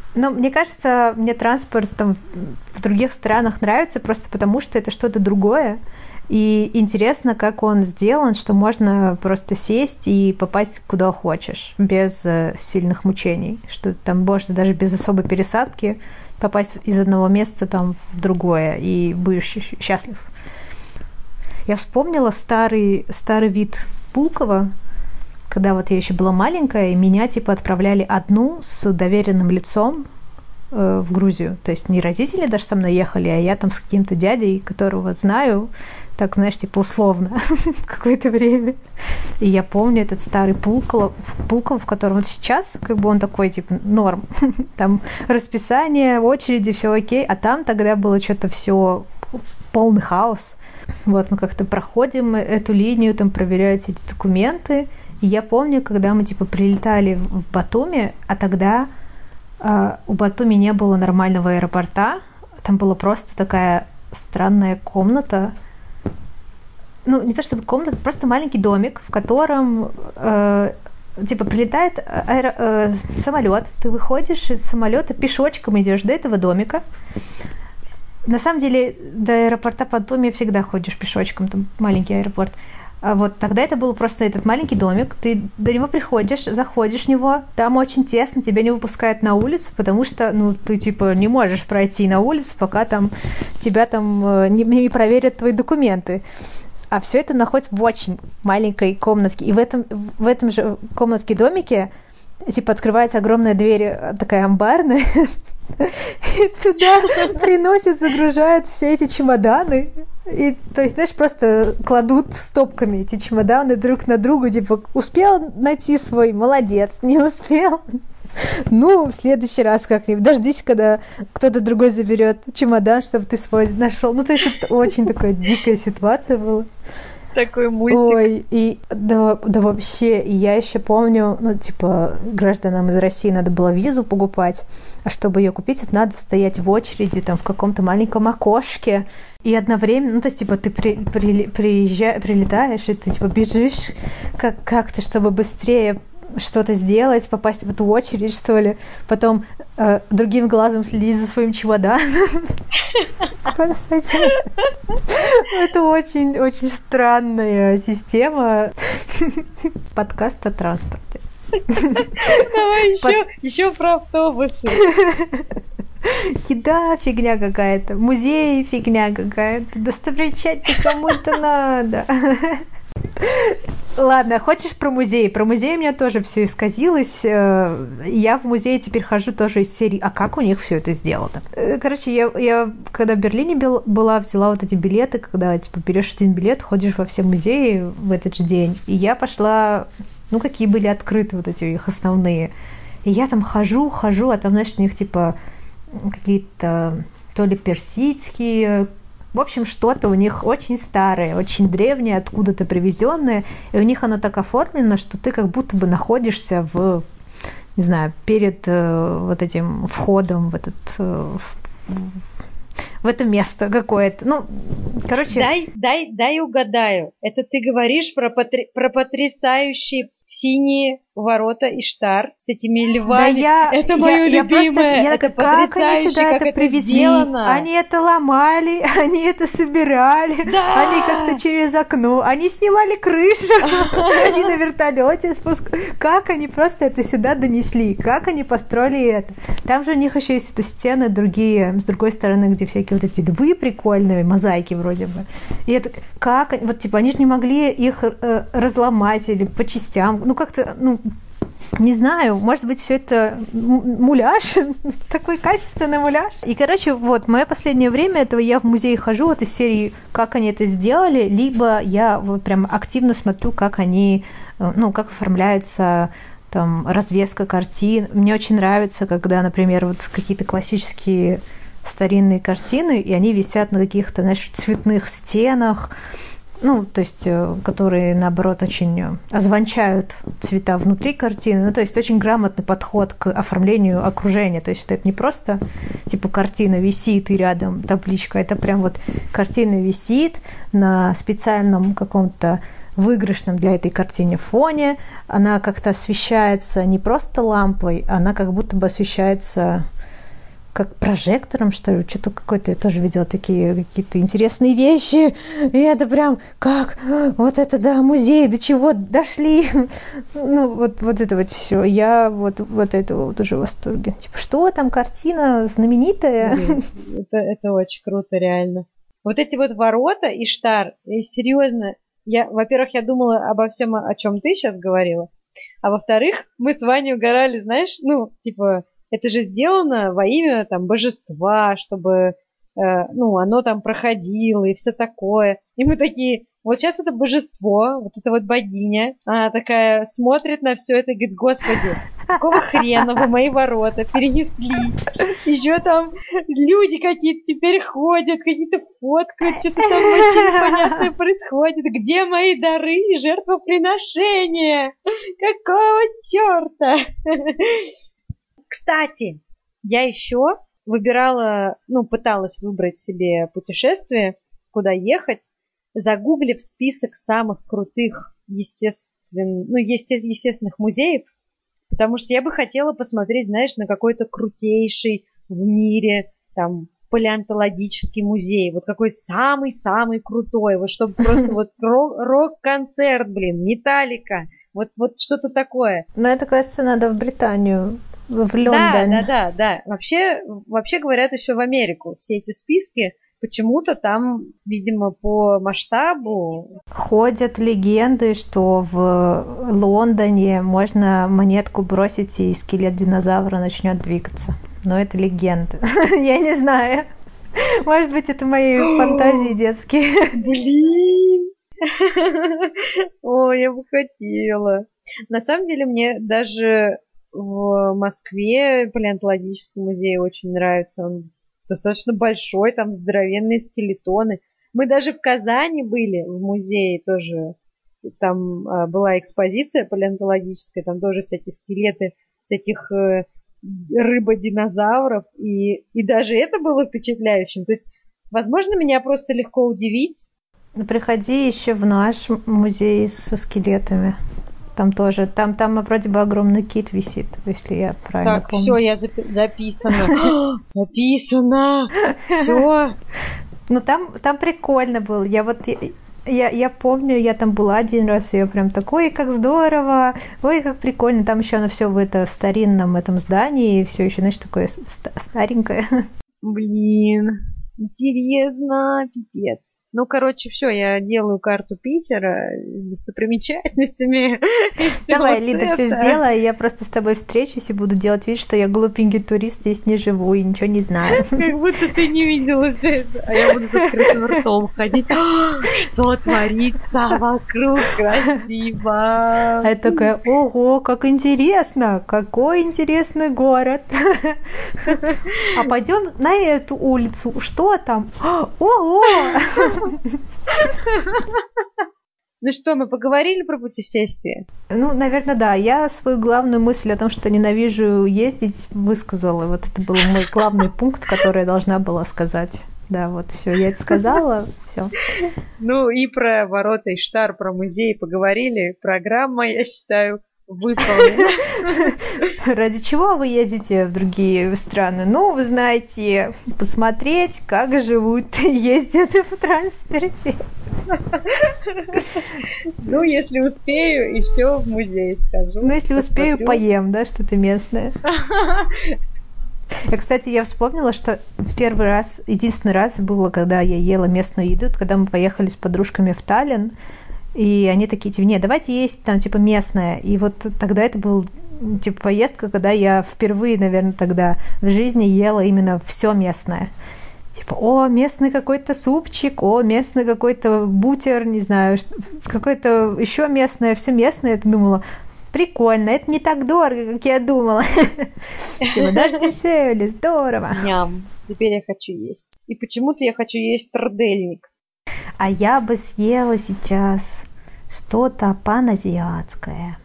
Но мне кажется, мне транспорт там в других странах нравится просто потому, что это что-то другое. И интересно, как он сделан, что можно просто сесть и попасть куда хочешь, без сильных мучений. Что там можно даже без особой пересадки попасть из одного места там в другое, и будешь счастлив. Я вспомнила старый, старый вид Пулково, когда вот я еще была маленькая, и меня типа отправляли одну с доверенным лицом э, в Грузию. То есть не родители даже со мной ехали, а я там с каким-то дядей, которого знаю, так, знаешь, типа условно какое-то время. И я помню этот старый Пулково, Пулково, в котором вот сейчас как бы он такой, типа, норм. Там расписание, очереди, все окей. А там тогда было что-то все полный хаос. Вот мы как-то проходим эту линию, там проверяют эти документы. И я помню, когда мы, типа, прилетали в Батуми, а тогда э, у Батуми не было нормального аэропорта. Там была просто такая странная комната. Ну, не то чтобы комната, просто маленький домик, в котором, э, типа, прилетает аэро- э, самолет. Ты выходишь из самолета, пешочком идешь до этого домика. На самом деле, до аэропорта Батуми всегда ходишь пешочком, там маленький аэропорт. А вот тогда это был просто этот маленький домик, ты до него приходишь, заходишь в него, там очень тесно, тебя не выпускают на улицу, потому что, ну, ты, типа, не можешь пройти на улицу, пока там тебя там не, не проверят твои документы. А все это находится в очень маленькой комнатке. И в этом, в этом же комнатке-домике, типа, открывается огромная дверь, такая амбарная, и туда приносят, загружают все эти чемоданы. И, то есть, знаешь, просто кладут стопками эти чемоданы друг на друга, типа, успел найти свой, молодец, не успел. Ну, в следующий раз как-нибудь. Дождись, когда кто-то другой заберет чемодан, чтобы ты свой нашел. Ну, то есть, это очень такая дикая ситуация была. Такой мультик. Ой, и да, да вообще, и я еще помню, ну, типа, гражданам из России надо было визу покупать, а чтобы ее купить, это надо стоять в очереди, там, в каком-то маленьком окошке, и одновременно, ну, то есть, типа, ты при, при, приезжаешь, прилетаешь, и ты, типа, бежишь как, как-то, чтобы быстрее что-то сделать, попасть в эту очередь, что ли, потом э, другим глазом следить за своим чемоданом. Это очень-очень странная система. Подкаст о транспорте. Давай еще, еще про автобусы. Еда фигня какая-то, музей фигня какая-то, достопримечательность кому-то надо. Ладно, хочешь про музей? Про музей у меня тоже все исказилось. Я в музей теперь хожу тоже из серии «А как у них все это сделано?» Короче, я, я когда в Берлине была, взяла вот эти билеты, когда типа берешь один билет, ходишь во все музеи в этот же день. И я пошла, ну, какие были открыты вот эти их основные. И я там хожу, хожу, а там, знаешь, у них типа какие-то то ли персидские, в общем, что-то у них очень старое, очень древнее, откуда-то привезенное, и у них оно так оформлено, что ты как будто бы находишься в, не знаю, перед э, вот этим входом в этот э, в, в это место какое-то. Ну, короче... Дай, дай, дай угадаю. Это ты говоришь про, потр... про потрясающие синие ворота Иштар с этими львами. Да я, это мое я, любимое. Я просто, я это как они сюда как это привезли? Сделано. Они это ломали, они это собирали, да. Они как-то через окно, они снимали крышу, они на вертолете спускали. Как они просто это сюда донесли? Как они построили это? Там же у них еще есть эти стены другие, с другой стороны, где всякие вот эти львы прикольные, мозаики вроде бы. И это как? Вот типа они же не могли их э, разломать или по частям. Ну как-то, ну не знаю, может быть, все это муляж, такой качественный муляж. И, короче, вот, мое последнее время, этого я в музей хожу, вот из серии, как они это сделали, либо я вот прям активно смотрю, как они, ну, как оформляется там развеска картин. Мне очень нравится, когда, например, вот какие-то классические старинные картины, и они висят на каких-то, знаешь, цветных стенах, ну, то есть, которые, наоборот, очень озвончают цвета внутри картины. Ну, то есть, очень грамотный подход к оформлению окружения. То есть, что это не просто, типа, картина висит и рядом табличка. Это прям вот картина висит на специальном каком-то выигрышном для этой картины фоне. Она как-то освещается не просто лампой, она как будто бы освещается как прожектором, что ли, что-то какое-то, я тоже видела такие какие-то интересные вещи, и это прям, как, вот это, да, музей, до чего дошли, ну, вот, вот это вот все, я вот, вот этого вот уже в восторге. Типа, что там, картина знаменитая? Блин, это, это очень круто, реально. Вот эти вот ворота Иштар, серьезно, я, во-первых, я думала обо всем, о чем ты сейчас говорила, а во-вторых, мы с Ваней угорали, знаешь, ну, типа, это же сделано во имя там божества, чтобы, э, ну, оно там проходило и все такое. И мы такие, вот сейчас это божество, вот эта вот богиня, она такая смотрит на все это и говорит, господи, какого хрена вы мои ворота перенесли? Еще там люди какие-то теперь ходят, какие-то фоткают, что-то там вообще непонятное происходит. Где мои дары и жертвоприношения? Какого черта? Кстати, я еще выбирала, ну, пыталась выбрать себе путешествие, куда ехать, загуглив список самых крутых естествен... ну, есте... естественных музеев, потому что я бы хотела посмотреть, знаешь, на какой-то крутейший в мире там палеонтологический музей, вот какой самый-самый крутой, вот чтобы просто вот рок-концерт, блин, Металлика, вот, вот что-то такое. Но это, кажется, надо в Британию, в Лондон. Да, да, да, да. Вообще, вообще говорят еще в Америку. Все эти списки почему-то там, видимо, по масштабу. Ходят легенды, что в Лондоне можно монетку бросить, и скелет динозавра начнет двигаться. Но это легенда. Я не знаю. Может быть, это мои фантазии детские. Блин! Ой, я бы хотела. На самом деле, мне даже в Москве палеонтологический музей очень нравится. Он достаточно большой, там здоровенные скелетоны. Мы даже в Казани были, в музее тоже. Там а, была экспозиция палеонтологическая, там тоже всякие скелеты всяких э, рыбодинозавров. И, и даже это было впечатляющим. То есть, возможно, меня просто легко удивить. Приходи еще в наш музей со скелетами. Там тоже, там, там вроде бы огромный кит висит, если я правильно так, помню. Так, все, я запи- записана. Записана. Все. Ну, там, там прикольно было. Я вот, я, я помню, я там была один раз, и я прям такой, как здорово, ой, как прикольно. Там еще оно все в это старинном этом здании, все еще, знаешь, такое старенькое. Блин, интересно, пипец. Ну, короче, все, я делаю карту Питера с достопримечательностями. Давай, Лида, все сделай, я просто с тобой встречусь и буду делать вид, что я глупенький турист, здесь не живу и ничего не знаю. Как будто ты не видела все это. А я буду с открытым ртом ходить. Что творится вокруг? Красиво. А я такая, ого, как интересно, какой интересный город. А пойдем на эту улицу, что там? Ого! Ну что, мы поговорили про путешествия? Ну, наверное, да. Я свою главную мысль о том, что ненавижу ездить, высказала. Вот это был мой главный пункт, который я должна была сказать. Да, вот все, я это сказала, все. Ну и про ворота Иштар, про музей поговорили. Программа, я считаю, выполнена. Ради чего вы едете в другие страны? Ну, вы знаете, посмотреть, как живут и ездят в транспорте. Ну, если успею, и все в музей схожу. Ну, если успею, поем, да, что-то местное. Я, кстати, я вспомнила, что первый раз, единственный раз было, когда я ела местную еду, когда мы поехали с подружками в Таллин, и они такие, типа, нет, давайте есть там, типа, местное. И вот тогда это был, типа, поездка, когда я впервые, наверное, тогда в жизни ела именно все местное. Типа, о, местный какой-то супчик, о, местный какой-то бутер, не знаю, какое-то еще местное, все местное. Я думала, прикольно, это не так дорого, как я думала. Типа, даже дешевле, здорово. Ням, теперь я хочу есть. И почему-то я хочу есть трудельник. А я бы съела сейчас что-то паназиатское.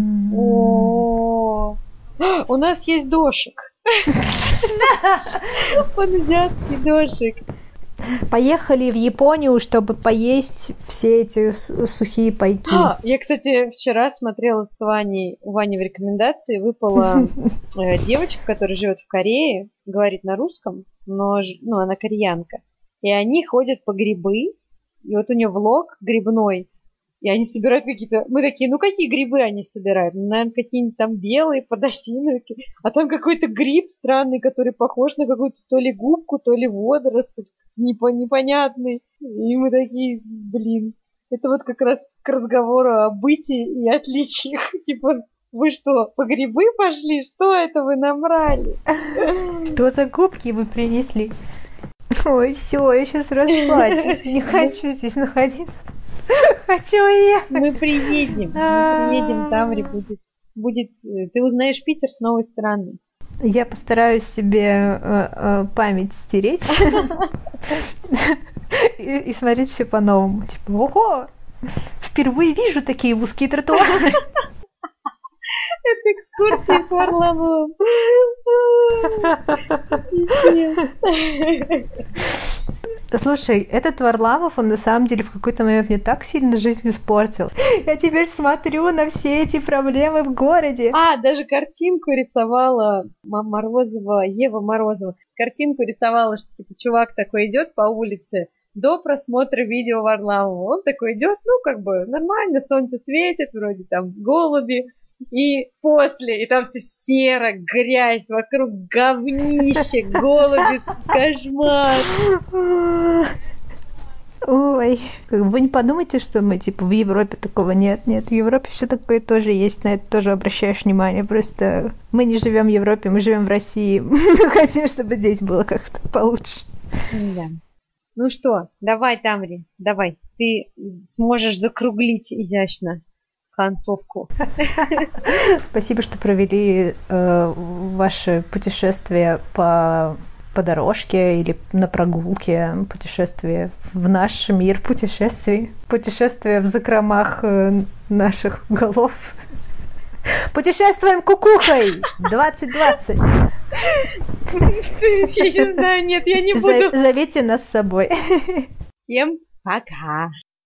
О, у нас есть дошик. Паназиатский дошик. Поехали в Японию, чтобы поесть все эти сухие пайки. А, я, кстати, вчера смотрела с Ваней, у Вани в рекомендации выпала э, девочка, которая живет в Корее, говорит на русском, но ну, она кореянка. И они ходят по грибы, и вот у нее влог грибной, и они собирают какие-то... Мы такие, ну какие грибы они собирают? Ну, наверное, какие-нибудь там белые, подосиновики. А там какой-то гриб странный, который похож на какую-то то ли губку, то ли водоросль. Непо- непонятный. И мы такие, блин. Это вот как раз к разговору о бытии и отличиях. Типа, вы что, по грибы пошли? Что это вы набрали? Что за губки вы принесли? Ой, все, я сейчас расплачусь. Не хочу здесь находиться. Хочу ехать. Мы приедем. Мы приедем, Тамаре будет. Будет. Ты узнаешь Питер с новой стороны. Я постараюсь себе э, э, память стереть и, и смотреть все по-новому. Типа, ого! Впервые вижу такие узкие тротуары. Это экскурсия с Варламовым. Слушай, этот Варламов, он на самом деле в какой-то момент мне так сильно жизнь испортил. Я теперь смотрю на все эти проблемы в городе. А, даже картинку рисовала Морозова, Ева Морозова. Картинку рисовала, что типа чувак такой идет по улице до просмотра видео Варламова. Он такой идет, ну, как бы нормально, солнце светит, вроде там голуби. И после, и там все серо, грязь, вокруг говнище, голуби, кошмар. Ой, вы не подумайте, что мы, типа, в Европе такого нет. Нет, в Европе все такое тоже есть, на это тоже обращаешь внимание. Просто мы не живем в Европе, мы живем в России. Мы хотим, чтобы здесь было как-то получше. Да. Ну что, давай, Тамри, давай. Ты сможешь закруглить изящно концовку. Спасибо, что провели э, ваше путешествие по, по дорожке или на прогулке, путешествие в наш мир путешествий, путешествие в закромах э, наших голов. Путешествуем кукухой двадцать двадцать. Я не знаю, нет, я не буду. Зовите нас с собой. Всем пока.